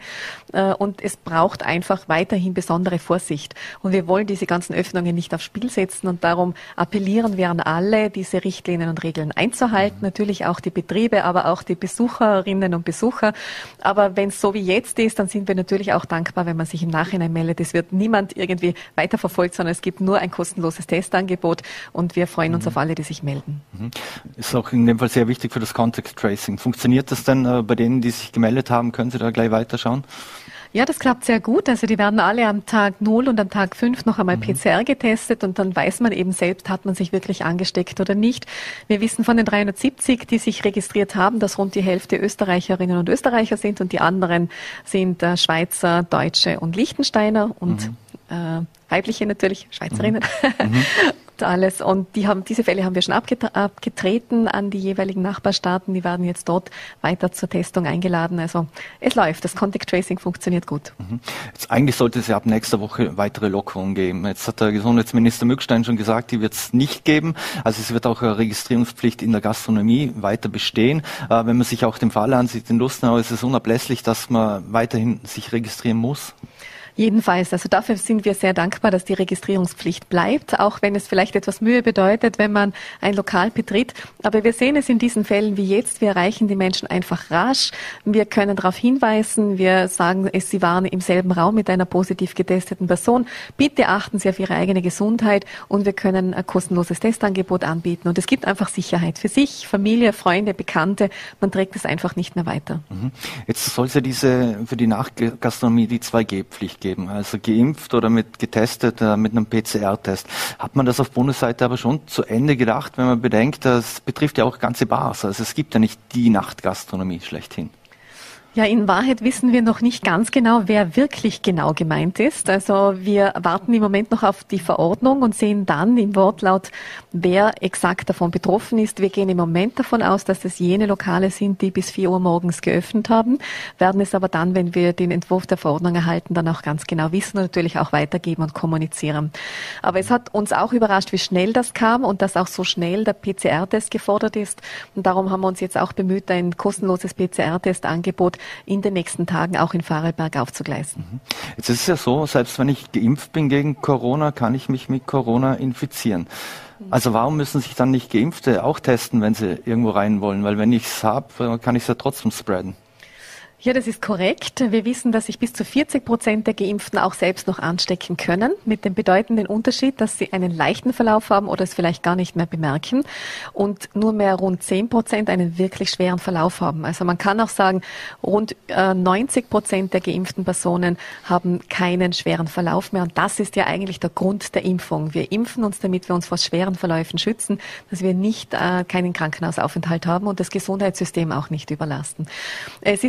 und es braucht einfach weiterhin besondere Vorsicht. Und wir wollen diese ganzen Öffnungen nicht aufs Spiel setzen und darum appellieren wir an alle, diese Richtlinien und Regeln einzuhalten, natürlich auch die Betriebe, aber auch die Besucherinnen und Besucher. Aber wenn es so wie jetzt ist, dann sind wir natürlich auch dankbar, wenn man sich im Nachhinein meldet. Es wird niemand irgendwie weiterverfolgt, sondern es gibt nur ein kostenloses Testangebot und wir freuen uns mhm. auf alle, die sich melden. Mhm. Ist auch in dem Fall sehr wichtig für das Contact Tracing. Funktioniert das denn äh, bei denen, die sich gemeldet haben? Können Sie da gleich weiterschauen? Ja, das klappt sehr gut. Also die werden alle am Tag null und am Tag fünf noch einmal mhm. P C R getestet und dann weiß man eben selbst, hat man sich wirklich angesteckt oder nicht. Wir wissen von den dreihundertsiebzig, die sich registriert haben, dass rund die Hälfte Österreicherinnen und Österreicher sind und die anderen sind äh, Schweizer, Deutsche und Liechtensteiner und mhm. äh, weibliche natürlich, Schweizerinnen. Mhm. Alles. Und die haben, diese Fälle haben wir schon abget- abgetreten an die jeweiligen Nachbarstaaten. Die werden jetzt dort weiter zur Testung eingeladen. Also es läuft. Das Contact Tracing funktioniert gut. Mhm. Jetzt eigentlich sollte es ja ab nächster Woche weitere Lockerungen geben. Jetzt hat der Gesundheitsminister Mückstein schon gesagt, die wird es nicht geben. Also es wird auch eine Registrierungspflicht in der Gastronomie weiter bestehen. Äh, wenn man sich auch den Fall ansieht in Lustenau, ist es unablässlich, dass man weiterhin sich registrieren muss. Jedenfalls, also dafür sind wir sehr dankbar, dass die Registrierungspflicht bleibt, auch wenn es vielleicht etwas Mühe bedeutet, wenn man ein Lokal betritt. Aber wir sehen es in diesen Fällen wie jetzt, wir erreichen die Menschen einfach rasch. Wir können darauf hinweisen, wir sagen, es, sie waren im selben Raum mit einer positiv getesteten Person. Bitte achten Sie auf Ihre eigene Gesundheit und wir können ein kostenloses Testangebot anbieten. Und es gibt einfach Sicherheit für sich, Familie, Freunde, Bekannte. Man trägt es einfach nicht mehr weiter. Jetzt soll es ja diese, für die Nachgastronomie die zwei G Pflicht geben, also geimpft oder mit getestet, äh, mit einem P C R-Test. Hat man das auf Bundesseite aber schon zu Ende gedacht, wenn man bedenkt, das betrifft ja auch ganze Bars. Also es gibt ja nicht die Nachtgastronomie schlechthin. Ja, in Wahrheit wissen wir noch nicht ganz genau, wer wirklich genau gemeint ist. Also wir warten im Moment noch auf die Verordnung und sehen dann im Wortlaut, wer exakt davon betroffen ist. Wir gehen im Moment davon aus, dass es jene Lokale sind, die bis vier Uhr morgens geöffnet haben, werden es aber dann, wenn wir den Entwurf der Verordnung erhalten, dann auch ganz genau wissen und natürlich auch weitergeben und kommunizieren. Aber es hat uns auch überrascht, wie schnell das kam und dass auch so schnell der P C R-Test gefordert ist. Und darum haben wir uns jetzt auch bemüht, ein kostenloses P C R-Test-Angebot in den nächsten Tagen auch in Vorarlberg aufzugleisen. Jetzt ist es ja so, selbst wenn ich geimpft bin gegen Corona, kann ich mich mit Corona infizieren. Also warum müssen sich dann nicht Geimpfte auch testen, wenn sie irgendwo rein wollen? Weil wenn ich es habe, kann ich es ja trotzdem spreaden. Ja, das ist korrekt. Wir wissen, dass sich bis zu vierzig Prozent der Geimpften auch selbst noch anstecken können, mit dem bedeutenden Unterschied, dass sie einen leichten Verlauf haben oder es vielleicht gar nicht mehr bemerken und nur mehr rund zehn Prozent einen wirklich schweren Verlauf haben. Also man kann auch sagen, rund äh, neunzig Prozent der geimpften Personen haben keinen schweren Verlauf mehr und das ist ja eigentlich der Grund der Impfung. Wir impfen uns, damit wir uns vor schweren Verläufen schützen, dass wir nicht äh, keinen Krankenhausaufenthalt haben und das Gesundheitssystem auch nicht überlasten. Es ist jetzt eine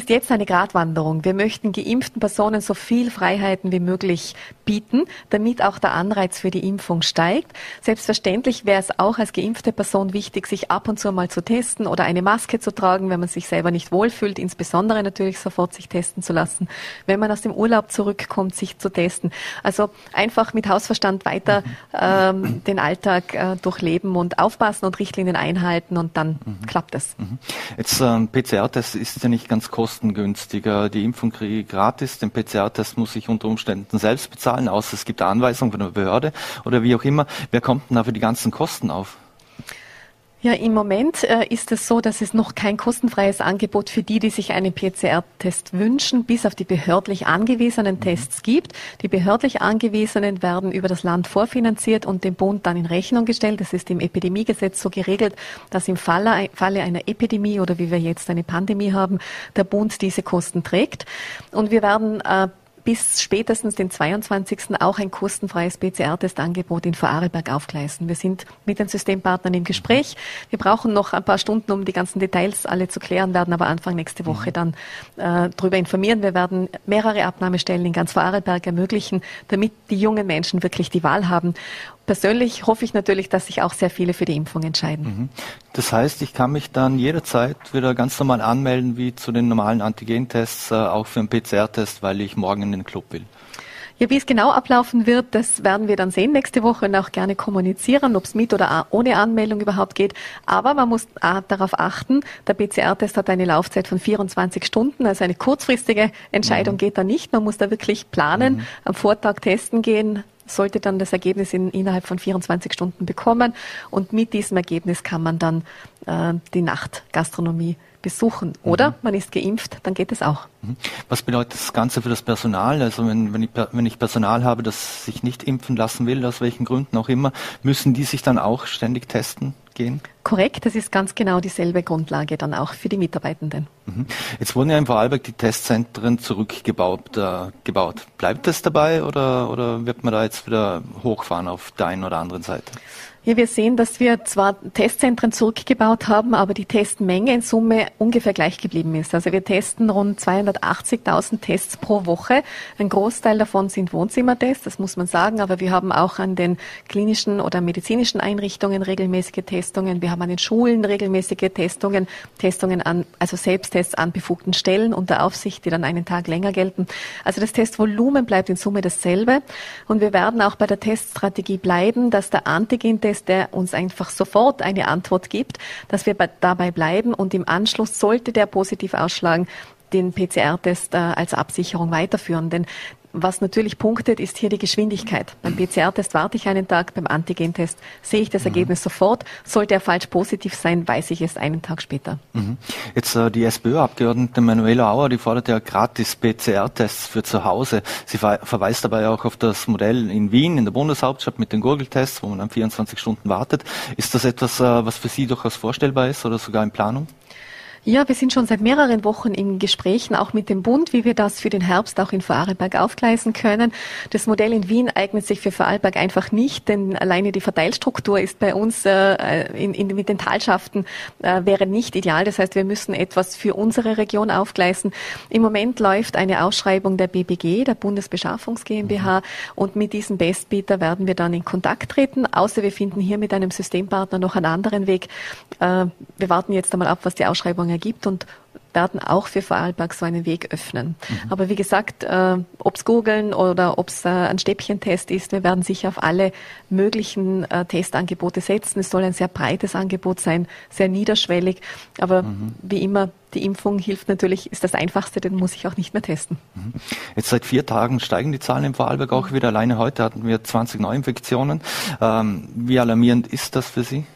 eine Gratwanderung. Wir möchten geimpften Personen so viel Freiheiten wie möglich bieten, damit auch der Anreiz für die Impfung steigt. Selbstverständlich wäre es auch als geimpfte Person wichtig, sich ab und zu mal zu testen oder eine Maske zu tragen, wenn man sich selber nicht wohlfühlt, insbesondere natürlich sofort sich testen zu lassen. Wenn man aus dem Urlaub zurückkommt, sich zu testen. Also einfach mit Hausverstand weiter ähm, den Alltag äh, durchleben und aufpassen und Richtlinien einhalten und dann mhm. klappt es. Mhm. Jetzt ein ähm, P C R-Test ist ja nicht ganz kostengünstiger. Die Impfung kriege ich gratis, den P C R-Test muss ich unter Umständen selbst bezahlen, außer es gibt Anweisungen von der Behörde oder wie auch immer. Wer kommt denn da für die ganzen Kosten auf? Ja, im Moment äh, ist es so, dass es noch kein kostenfreies Angebot für die, die sich einen P C R-Test wünschen, bis auf die behördlich angewiesenen Tests gibt. Die behördlich angewiesenen werden über das Land vorfinanziert und dem Bund dann in Rechnung gestellt. Das ist im Epidemiegesetz so geregelt, dass im Falle, Falle einer Epidemie oder wie wir jetzt eine Pandemie haben, der Bund diese Kosten trägt. Und wir werden äh, bis spätestens den zweiundzwanzigsten auch ein kostenfreies P C R-Testangebot in Vorarlberg aufgleisen. Wir sind mit den Systempartnern im Gespräch. Wir brauchen noch ein paar Stunden, um die ganzen Details alle zu klären, werden aber Anfang nächste Woche dann äh, darüber informieren. Wir werden mehrere Abnahmestellen in ganz Vorarlberg ermöglichen, damit die jungen Menschen wirklich die Wahl haben. Persönlich hoffe ich natürlich, dass sich auch sehr viele für die Impfung entscheiden. Das heißt, ich kann mich dann jederzeit wieder ganz normal anmelden, wie zu den normalen Antigentests, äh, auch für einen P C R-Test, weil ich morgen in den Club will. Ja, wie es genau ablaufen wird, das werden wir dann sehen nächste Woche und auch gerne kommunizieren, ob es mit oder ohne Anmeldung überhaupt geht. Aber man muss darauf achten, der P C R-Test hat eine Laufzeit von vierundzwanzig Stunden, also eine kurzfristige Entscheidung mhm. geht da nicht. Man muss da wirklich planen, mhm. am Vortag testen gehen, sollte dann das Ergebnis in, innerhalb von vierundzwanzig Stunden bekommen und mit diesem Ergebnis kann man dann äh, die Nachtgastronomie besuchen. Oder mhm. man ist geimpft, dann geht es auch. Was bedeutet das Ganze für das Personal? Also wenn, wenn, ich, wenn ich Personal habe, das sich nicht impfen lassen will, aus welchen Gründen auch immer, müssen die sich dann auch ständig testen gehen? Korrekt, das ist ganz genau dieselbe Grundlage dann auch für die Mitarbeitenden. Jetzt wurden ja in Vorarlberg die Testzentren zurückgebaut. Äh, gebaut. Bleibt das dabei oder, oder wird man da jetzt wieder hochfahren auf der einen oder anderen Seite? Ja, wir sehen, dass wir zwar Testzentren zurückgebaut haben, aber die Testmenge in Summe ungefähr gleich geblieben ist. Also wir testen rund zweihundertachtzigtausend Tests pro Woche. Ein Großteil davon sind Wohnzimmertests, das muss man sagen, aber wir haben auch an den klinischen oder medizinischen Einrichtungen regelmäßige Testungen. Wir haben an den Schulen regelmäßige Testungen, Testungen an, also Selbsttests an befugten Stellen unter Aufsicht, die dann einen Tag länger gelten. Also das Testvolumen bleibt in Summe dasselbe. Und wir werden auch bei der Teststrategie bleiben, dass der Antigentest, der uns einfach sofort eine Antwort gibt, dass wir dabei bleiben und im Anschluss, sollte der positiv ausschlagen, den P C R-Test äh, als Absicherung weiterführen. Denn was natürlich punktet, ist hier die Geschwindigkeit. Beim P C R-Test warte ich einen Tag, beim Antigentest sehe ich das Ergebnis sofort. Sollte er falsch positiv sein, weiß ich es einen Tag später. Mhm. Jetzt äh, die SPÖ-Abgeordnete Manuela Auer, die fordert ja gratis P C R-Tests für zu Hause. Sie ver- verweist dabei auch auf das Modell in Wien, in der Bundeshauptstadt mit den Gurgeltests, wo man dann vierundzwanzig Stunden wartet. Ist das etwas, äh, was für Sie durchaus vorstellbar ist oder sogar in Planung? Ja, wir sind schon seit mehreren Wochen in Gesprächen, auch mit dem Bund, wie wir das für den Herbst auch in Vorarlberg aufgleisen können. Das Modell in Wien eignet sich für Vorarlberg einfach nicht, denn alleine die Verteilstruktur ist bei uns äh, in, in, mit den Talschaften äh, wäre nicht ideal. Das heißt, wir müssen etwas für unsere Region aufgleisen. Im Moment läuft eine Ausschreibung der B B G, der Bundesbeschaffungs GmbH, und mit diesem Bestbieter werden wir dann in Kontakt treten, außer wir finden hier mit einem Systempartner noch einen anderen Weg. Äh, wir warten jetzt einmal ab, was die Ausschreibung ergibt und werden auch für Vorarlberg so einen Weg öffnen. Mhm. Aber wie gesagt, äh, ob es googeln oder ob es äh, ein Stäbchentest ist, wir werden sicher auf alle möglichen äh, Testangebote setzen. Es soll ein sehr breites Angebot sein, sehr niederschwellig. Aber mhm. wie immer, die Impfung hilft natürlich, ist das Einfachste, den muss ich auch nicht mehr testen. Mhm. Jetzt seit vier Tagen steigen die Zahlen in Vorarlberg auch wieder. Alleine heute hatten wir zwanzig Neuinfektionen. Ähm, wie alarmierend ist das für Sie?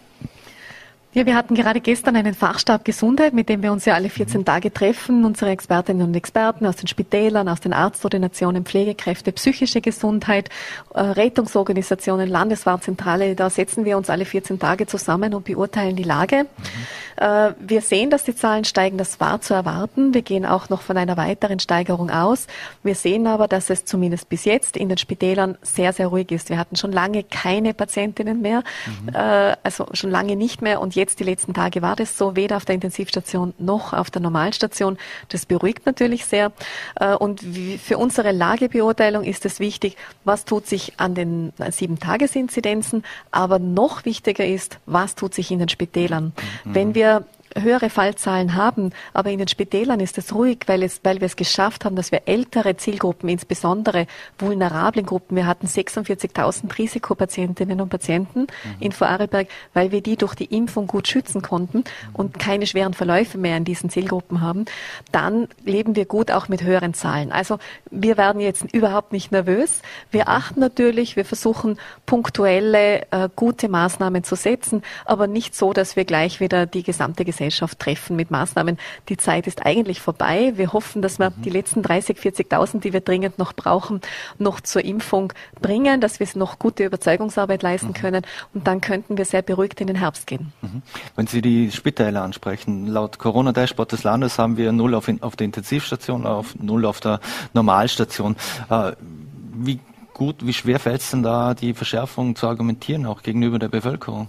Ja, wir hatten gerade gestern einen Fachstab Gesundheit, mit dem wir uns ja alle vierzehn Tage treffen. Unsere Expertinnen und Experten aus den Spitälern, aus den Arztordinationen, Pflegekräfte, psychische Gesundheit, äh, Rettungsorganisationen, Landeswarnzentrale. Da setzen wir uns alle vierzehn Tage zusammen und beurteilen die Lage. Mhm. Äh, wir sehen, dass die Zahlen steigen, das war zu erwarten. Wir gehen auch noch von einer weiteren Steigerung aus. Wir sehen aber, dass es zumindest bis jetzt in den Spitälern sehr, sehr ruhig ist. Wir hatten schon lange keine Patientinnen mehr, mhm. äh, also schon lange nicht mehr. Und jetzt die letzten Tage war das so, weder auf der Intensivstation noch auf der Normalstation. Das beruhigt natürlich sehr. Äh, und für unsere Lagebeurteilung ist es wichtig, was tut sich an den sieben-Tages-Inzidenzen, aber noch wichtiger ist, was tut sich in den Spitälern. Mhm. Wenn wir höhere Fallzahlen haben, aber in den Spitälern ist es ruhig, weil, es, weil wir es geschafft haben, dass wir ältere Zielgruppen, insbesondere vulnerablen Gruppen, wir hatten sechsundvierzigtausend Risikopatientinnen und Patienten mhm. in Vorarlberg, weil wir die durch die Impfung gut schützen konnten und keine schweren Verläufe mehr in diesen Zielgruppen haben, dann leben wir gut auch mit höheren Zahlen. Also wir werden jetzt überhaupt nicht nervös. Wir achten natürlich, wir versuchen punktuelle, äh, gute Maßnahmen zu setzen, aber nicht so, dass wir gleich wieder die gesamte Gesellschaft treffen mit Maßnahmen. Die Zeit ist eigentlich vorbei. Wir hoffen, dass wir mhm. die letzten dreißig, vierzigtausend, die wir dringend noch brauchen, noch zur Impfung bringen, dass wir noch gute Überzeugungsarbeit leisten mhm. können und dann könnten wir sehr beruhigt in den Herbst gehen. Mhm. Wenn Sie die Spitäler ansprechen, laut Corona-Dashboard des Landes haben wir null auf, in, auf der Intensivstation, auf null auf der Normalstation. Äh, wie gut, wie schwer fällt es denn da, die Verschärfung zu argumentieren, auch gegenüber der Bevölkerung?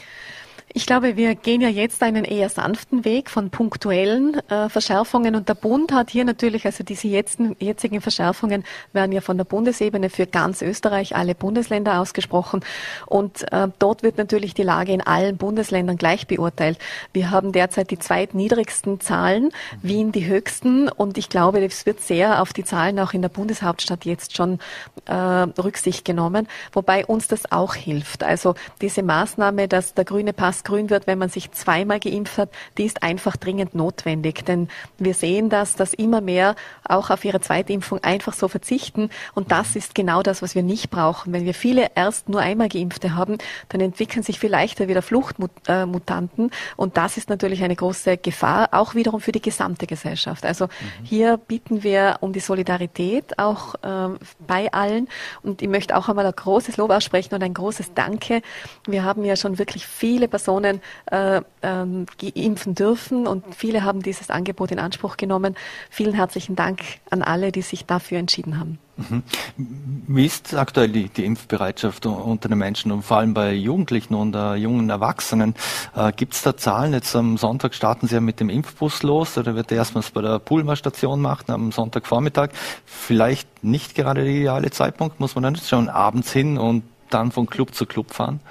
Ich glaube, wir gehen ja jetzt einen eher sanften Weg von punktuellen äh, Verschärfungen und der Bund hat hier natürlich, also diese jetzigen, jetzigen Verschärfungen werden ja von der Bundesebene für ganz Österreich, alle Bundesländer ausgesprochen und äh, dort wird natürlich die Lage in allen Bundesländern gleich beurteilt. Wir haben derzeit die zweitniedrigsten Zahlen, Wien die höchsten und ich glaube, es wird sehr auf die Zahlen auch in der Bundeshauptstadt jetzt schon äh, Rücksicht genommen, wobei uns das auch hilft. Also diese Maßnahme, dass der grüne Pass grün wird, wenn man sich zweimal geimpft hat, die ist einfach dringend notwendig. Denn wir sehen das, dass immer mehr auch auf ihre Zweitimpfung einfach so verzichten. Und das ist genau das, was wir nicht brauchen. Wenn wir viele erst nur einmal Geimpfte haben, dann entwickeln sich viel leichter wieder Fluchtmutanten. Und das ist natürlich eine große Gefahr, auch wiederum für die gesamte Gesellschaft. Also mhm. hier bieten wir um die Solidarität auch ähm, bei allen. Und ich möchte auch einmal ein großes Lob aussprechen und ein großes Danke. Wir haben ja schon wirklich viele Personen Äh, ähm, impfen dürfen und viele haben dieses Angebot in Anspruch genommen. Vielen herzlichen Dank an alle, die sich dafür entschieden haben. Mhm. Wie ist aktuell die, die Impfbereitschaft unter den Menschen und vor allem bei Jugendlichen und äh, jungen Erwachsenen? Äh, Gibt es da Zahlen? Jetzt am Sonntag starten Sie ja mit dem Impfbus los oder wird er erstmals bei der Pulmer-Station machen am Sonntagvormittag? Vielleicht nicht gerade der ideale Zeitpunkt, muss man dann schon abends hin und dann von Club zu Club fahren?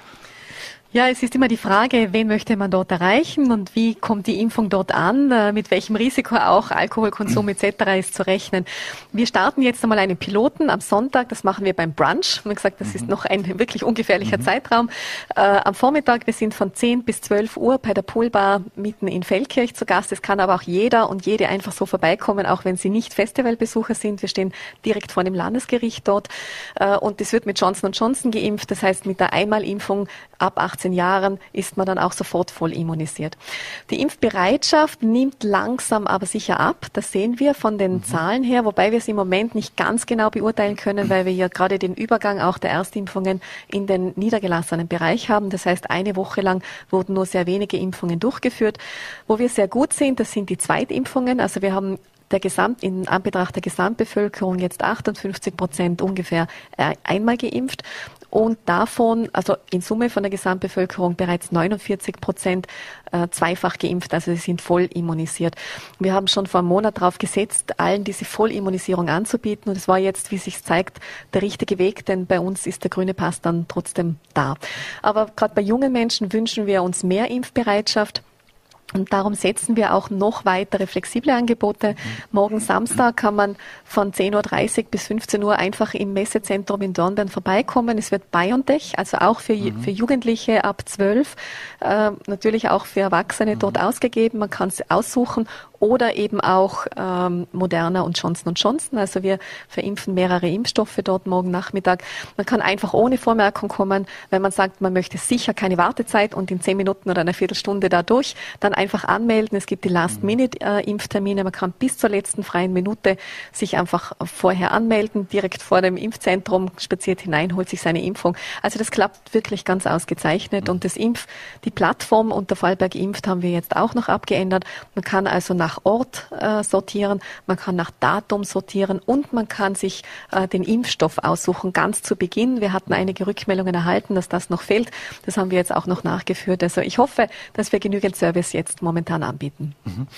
Ja, es ist immer die Frage, wen möchte man dort erreichen und wie kommt die Impfung dort an, mit welchem Risiko auch Alkoholkonsum et cetera ist zu rechnen. Wir starten jetzt einmal einen Piloten am Sonntag, das machen wir beim Brunch. Wir haben gesagt, das mhm. ist noch ein wirklich ungefährlicher mhm. Zeitraum. Äh, am Vormittag, wir sind von zehn bis zwölf Uhr bei der Poolbar mitten in Feldkirch zu Gast. Es kann aber auch jeder und jede einfach so vorbeikommen, auch wenn sie nicht Festivalbesucher sind. Wir stehen direkt vor dem Landesgericht dort äh, und es wird mit Johnson und Johnson geimpft, das heißt mit der Einmalimpfung ab achtzehn Jahren ist man dann auch sofort voll immunisiert. Die Impfbereitschaft nimmt langsam aber sicher ab. Das sehen wir von den mhm. Zahlen her, wobei wir es im Moment nicht ganz genau beurteilen können, weil wir ja gerade den Übergang auch der Erstimpfungen in den niedergelassenen Bereich haben. Das heißt, eine Woche lang wurden nur sehr wenige Impfungen durchgeführt. Wo wir sehr gut sind, das sind die Zweitimpfungen. Also wir haben der Gesamt, in Anbetracht der Gesamtbevölkerung jetzt achtundfünfzig Prozent ungefähr einmal geimpft. Und davon, also in Summe von der Gesamtbevölkerung bereits neunundvierzig Prozent äh, zweifach geimpft, also sie sind voll immunisiert. Wir haben schon vor einem Monat darauf gesetzt, allen diese Vollimmunisierung anzubieten und es war jetzt, wie sich zeigt, der richtige Weg, denn bei uns ist der grüne Pass dann trotzdem da. Aber gerade bei jungen Menschen wünschen wir uns mehr Impfbereitschaft. Und darum setzen wir auch noch weitere flexible Angebote. Morgen Samstag kann man von zehn Uhr dreißig bis fünfzehn Uhr einfach im Messezentrum in Dornbirn vorbeikommen. Es wird BioNTech, also auch für, mhm. für Jugendliche ab zwölf, äh, natürlich auch für Erwachsene mhm. dort ausgegeben. Man kann es aussuchen. oder eben auch ähm, Moderna und Johnson und Johnson. Also wir verimpfen mehrere Impfstoffe dort morgen Nachmittag. Man kann einfach ohne Vormerkung kommen, wenn man sagt, man möchte sicher keine Wartezeit und in zehn Minuten oder einer Viertelstunde da durch, dann einfach anmelden. Es gibt die Last-Minute-Impftermine. Man kann bis zur letzten freien Minute sich einfach vorher anmelden, direkt vor dem Impfzentrum, spaziert hinein, holt sich seine Impfung. Also das klappt wirklich ganz ausgezeichnet. Und das Impf, die Plattform unter Vorarlberg impft haben wir jetzt auch noch abgeändert. Man kann also nach Ort äh, sortieren, man kann nach Datum sortieren und man kann sich äh, den Impfstoff aussuchen, ganz zu Beginn. Wir hatten einige Rückmeldungen erhalten, dass das noch fehlt. Das haben wir jetzt auch noch nachgeführt. Also ich hoffe, dass wir genügend Service jetzt momentan anbieten.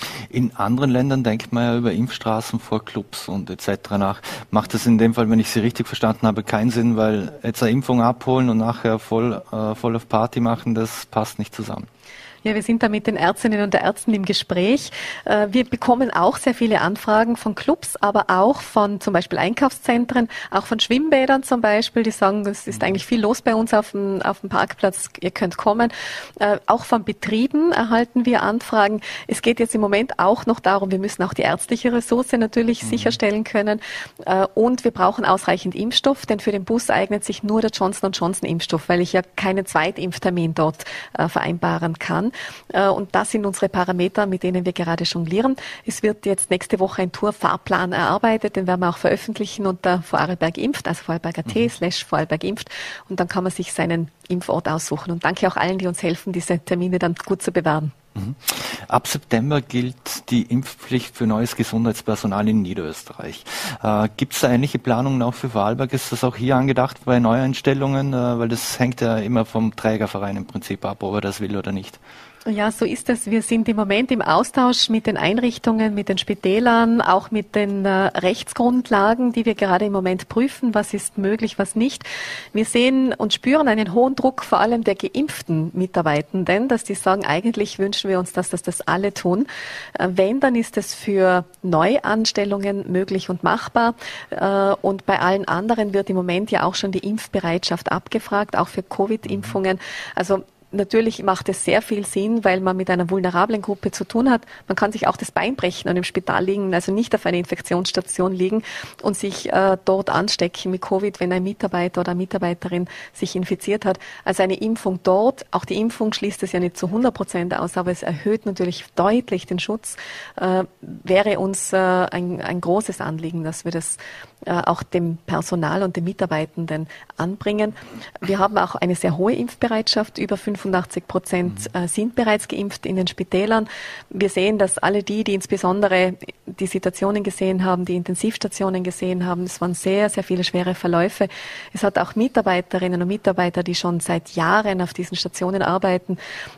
In anderen Ländern denkt man ja über Impfstraßen vor Clubs und et cetera nach. Macht das in dem Fall, wenn ich Sie richtig verstanden habe, keinen Sinn, weil jetzt eine Impfung abholen und nachher voll, äh, voll auf Party machen, das passt nicht zusammen. Ja, wir sind da mit den Ärztinnen und Ärzten im Gespräch. Wir bekommen auch sehr viele Anfragen von Clubs, aber auch von zum Beispiel Einkaufszentren, auch von Schwimmbädern zum Beispiel, die sagen, es ist eigentlich viel los bei uns auf dem, auf dem Parkplatz, ihr könnt kommen. Auch von Betrieben erhalten wir Anfragen. Es geht jetzt im Moment auch noch darum, wir müssen auch die ärztliche Ressource natürlich mhm. sicherstellen können. Und wir brauchen ausreichend Impfstoff, denn für den Bus eignet sich nur der Johnson und Johnson Impfstoff, weil ich ja keinen Zweitimpftermin dort vereinbaren kann. Und das sind unsere Parameter, mit denen wir gerade jonglieren. Es wird jetzt nächste Woche ein Tourfahrplan erarbeitet, den werden wir auch veröffentlichen unter Vorarlberg impft, also Vorarlberg.at mhm. slash Vorarlberg impft. Und dann kann man sich seinen Impfort aussuchen. Und danke auch allen, die uns helfen, diese Termine dann gut zu bewerben. Mhm. Ab September gilt die Impfpflicht für neues Gesundheitspersonal in Niederösterreich. Äh, Gibt es da ähnliche Planungen auch für Vorarlberg? Ist das auch hier angedacht bei Neueinstellungen? Äh, weil das hängt ja immer vom Trägerverein im Prinzip ab, ob er das will oder nicht. Ja, so ist es. Wir sind im Moment im Austausch mit den Einrichtungen, mit den Spitälern, auch mit den äh, Rechtsgrundlagen, die wir gerade im Moment prüfen, was ist möglich, was nicht. Wir sehen und spüren einen hohen Druck, vor allem der geimpften Mitarbeitenden, dass die sagen, eigentlich wünschen wir uns, dass das, das alle tun. Äh, wenn, dann ist es für Neuanstellungen möglich und machbar. Äh, und bei allen anderen wird im Moment ja auch schon die Impfbereitschaft abgefragt, auch für Covid-Impfungen. Also natürlich macht es sehr viel Sinn, weil man mit einer vulnerablen Gruppe zu tun hat. Man kann sich auch das Bein brechen und im Spital liegen, also nicht auf einer Infektionsstation liegen und sich äh, dort anstecken mit Covid, wenn ein Mitarbeiter oder eine Mitarbeiterin sich infiziert hat. Also eine Impfung dort, auch die Impfung schließt es ja nicht zu hundert Prozent aus, aber es erhöht natürlich deutlich den Schutz, äh, wäre uns äh, ein, ein großes Anliegen, dass wir das äh, auch dem Personal und den Mitarbeitenden anbringen. Wir haben auch eine sehr hohe Impfbereitschaft, über fünfundachtzig Prozent sind bereits geimpft in den Spitälern. Wir sehen, dass alle die, die insbesondere die Situationen gesehen haben, die Intensivstationen gesehen haben, es waren sehr, sehr viele schwere Verläufe. Es hat auch Mitarbeiterinnen und Mitarbeiter, die schon seit Jahren auf diesen Stationen arbeiten,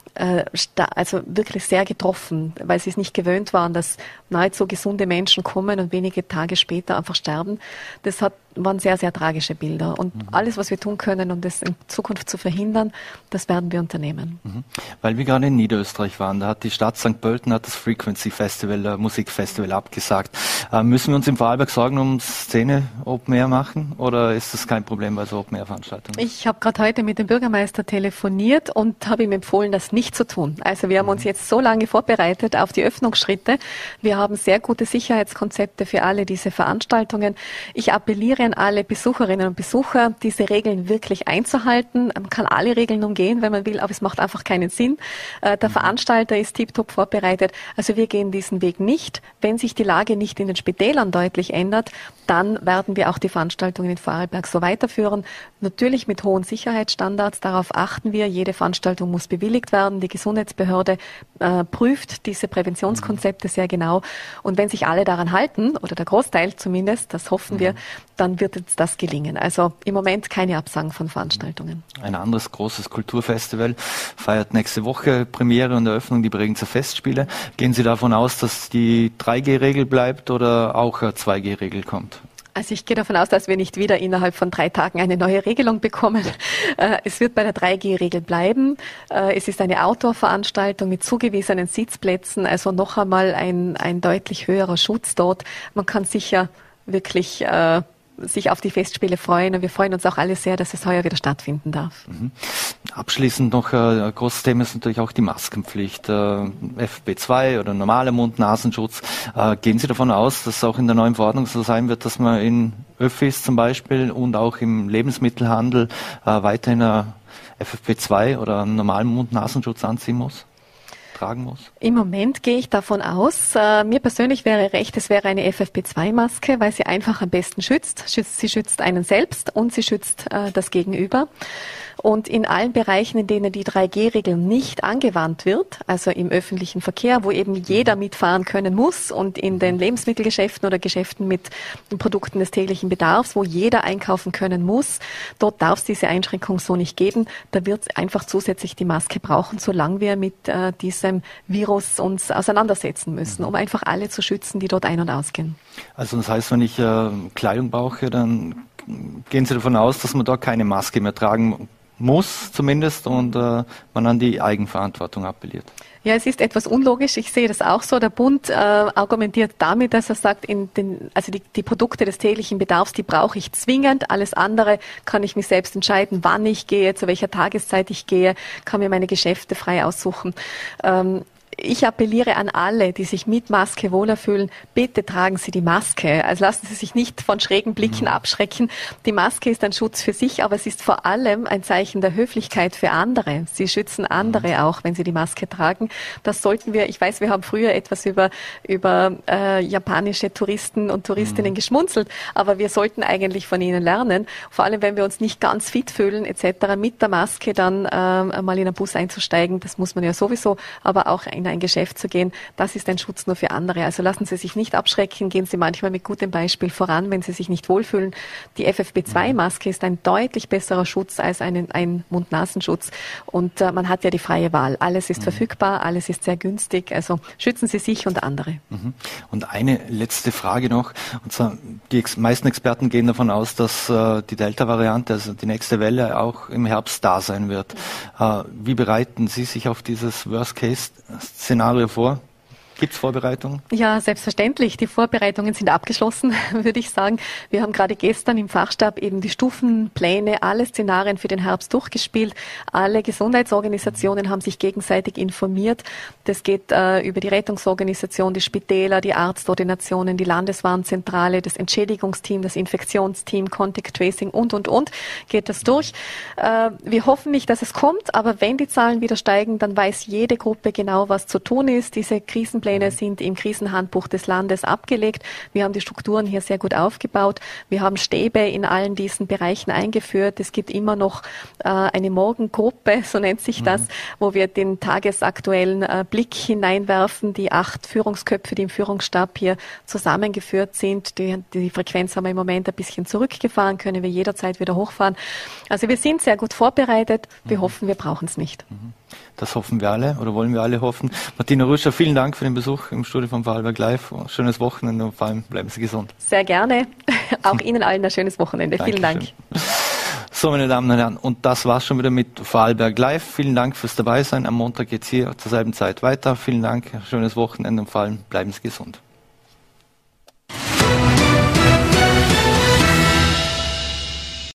also wirklich sehr getroffen, weil sie es nicht gewöhnt waren, dass nahezu gesunde Menschen kommen und wenige Tage später einfach sterben. Das hat, waren sehr, sehr tragische Bilder. Und mhm. alles, was wir tun können, um das in Zukunft zu verhindern, das werden wir unternehmen. Mhm. Weil wir gerade in Niederösterreich waren, da hat die Stadt Sankt Pölten hat das Frequency Festival, äh, Musikfestival abgesagt. Äh, müssen wir uns im Vorarlberg Sorgen um Szene Open Air machen oder ist das kein Problem bei so Open Air Veranstaltungen? Ich habe gerade heute mit dem Bürgermeister telefoniert und habe ihm empfohlen, das nicht zu tun. Also wir haben uns jetzt so lange vorbereitet auf die Öffnungsschritte. Wir haben sehr gute Sicherheitskonzepte für alle diese Veranstaltungen. Ich appelliere an alle Besucherinnen und Besucher, diese Regeln wirklich einzuhalten. Man kann alle Regeln umgehen, wenn man will, aber es macht einfach keinen Sinn. Der Veranstalter ist tiptop vorbereitet. Also wir gehen diesen Weg nicht. Wenn sich die Lage nicht in den Spitälern deutlich ändert, dann werden wir auch die Veranstaltungen in Vorarlberg so weiterführen. Natürlich mit hohen Sicherheitsstandards. Darauf achten wir. Jede Veranstaltung muss bewilligt werden. Die Gesundheitsbehörde äh, prüft diese Präventionskonzepte sehr genau. Und wenn sich alle daran halten, oder der Großteil zumindest, das hoffen mhm. wir, dann wird jetzt das gelingen. Also im Moment keine Absagen von Veranstaltungen. Ein anderes großes Kulturfestival feiert nächste Woche Premiere und Eröffnung, die Bregenzer Festspiele. Gehen Sie davon aus, dass die drei G Regel bleibt oder auch eine zwei G Regel kommt? Also ich gehe davon aus, dass wir nicht wieder innerhalb von drei Tagen eine neue Regelung bekommen. Es wird bei der drei G Regel bleiben. Es ist eine Outdoor-Veranstaltung mit zugewiesenen Sitzplätzen, also noch einmal ein, ein deutlich höherer Schutz dort. Man kann sicher wirklich äh, sich auf die Festspiele freuen. Und wir freuen uns auch alle sehr, dass es heuer wieder stattfinden darf. Mhm. Abschließend noch ein großes Thema ist natürlich auch die Maskenpflicht. F F P zwei oder normaler Mund-Nasenschutz. Gehen Sie davon aus, dass es auch in der neuen Verordnung so sein wird, dass man in Öffis zum Beispiel und auch im Lebensmittelhandel weiterhin eine F F P zwei oder einen normalen Mund-Nasenschutz anziehen muss? Tragen muss? Im Moment gehe ich davon aus, äh, mir persönlich wäre recht, es wäre eine F F P zwei Maske, weil sie einfach am besten schützt. schützt sie schützt einen selbst und sie schützt äh, das Gegenüber. Und in allen Bereichen, in denen die drei G Regel nicht angewandt wird, also im öffentlichen Verkehr, wo eben jeder mitfahren können muss, und in den Lebensmittelgeschäften oder Geschäften mit den Produkten des täglichen Bedarfs, wo jeder einkaufen können muss, dort darf es diese Einschränkung so nicht geben. Da wird es einfach zusätzlich die Maske brauchen, solange wir mit äh, diesem Virus uns auseinandersetzen müssen, um einfach alle zu schützen, die dort ein- und ausgehen. Also das heißt, wenn ich äh, Kleidung brauche, dann gehen Sie davon aus, dass man da keine Maske mehr tragen muss zumindest und äh, man an die Eigenverantwortung appelliert. Ja, es ist etwas unlogisch. Ich sehe das auch so. Der Bund äh, argumentiert damit, dass er sagt, in den, also die, die Produkte des täglichen Bedarfs, die brauche ich zwingend. Alles andere kann ich mich selbst entscheiden, wann ich gehe, zu welcher Tageszeit ich gehe, kann mir meine Geschäfte frei aussuchen. Ähm, Ich appelliere an alle, die sich mit Maske wohler fühlen, bitte tragen Sie die Maske. Also lassen Sie sich nicht von schrägen Blicken abschrecken. Die Maske ist ein Schutz für sich, aber es ist vor allem ein Zeichen der Höflichkeit für andere. Sie schützen andere auch, wenn sie die Maske tragen. Das sollten wir, ich weiß, wir haben früher etwas über, über äh, japanische Touristen und Touristinnen mhm. geschmunzelt, aber wir sollten eigentlich von ihnen lernen. Vor allem, wenn wir uns nicht ganz fit fühlen et cetera, mit der Maske dann äh, mal in einen Bus einzusteigen. Das muss man ja sowieso, aber auch in ein Geschäft zu gehen, das ist ein Schutz nur für andere. Also lassen Sie sich nicht abschrecken, gehen Sie manchmal mit gutem Beispiel voran, wenn Sie sich nicht wohlfühlen. Die F F P zwei Maske ist ein deutlich besserer Schutz als einen, ein Mund-Nasenschutz. Und äh, man hat ja die freie Wahl. Alles ist mhm. verfügbar, alles ist sehr günstig. Also schützen Sie sich und andere. Mhm. Und eine letzte Frage noch. Und zwar, die ex- meisten Experten gehen davon aus, dass äh, die Delta-Variante, also die nächste Welle, auch im Herbst da sein wird. Äh, wie bereiten Sie sich auf dieses Worst-Case-Szenario vor? Gibt es Vorbereitungen? Ja, selbstverständlich. Die Vorbereitungen sind abgeschlossen, würde ich sagen. Wir haben gerade gestern im Fachstab eben die Stufenpläne, alle Szenarien für den Herbst durchgespielt. Alle Gesundheitsorganisationen haben sich gegenseitig informiert. Das geht äh, über die Rettungsorganisation, die Spitäler, die Arztordinationen, die Landeswarnzentrale, das Entschädigungsteam, das Infektionsteam, Contact Tracing und, und, und. Geht das durch. Äh, wir hoffen nicht, dass es kommt, aber wenn die Zahlen wieder steigen, dann weiß jede Gruppe genau, was zu tun ist. Diese Krisenpläne sind im Krisenhandbuch des Landes abgelegt. Wir haben die Strukturen hier sehr gut aufgebaut. Wir haben Stäbe in allen diesen Bereichen eingeführt. Es gibt immer noch äh, eine Morgengruppe, so nennt sich das, mhm. wo wir den tagesaktuellen äh, Blick hineinwerfen. Die acht Führungsköpfe, die im Führungsstab hier zusammengeführt sind. Die, die Frequenz haben wir im Moment ein bisschen zurückgefahren, können wir jederzeit wieder hochfahren. Also wir sind sehr gut vorbereitet. Wir mhm. hoffen, wir brauchen es nicht. Mhm. Das hoffen wir alle oder wollen wir alle hoffen. Martina Rüscher, vielen Dank für den Besuch im Studio von Vorarlberg Live. Schönes Wochenende und vor allem bleiben Sie gesund. Sehr gerne. Auch Ihnen allen ein schönes Wochenende. Vielen Dank. So, meine Damen und Herren, und das war's schon wieder mit Vorarlberg Live. Vielen Dank fürs Dabeisein. Am Montag geht's hier zur selben Zeit weiter. Vielen Dank, schönes Wochenende und vor allem bleiben Sie gesund.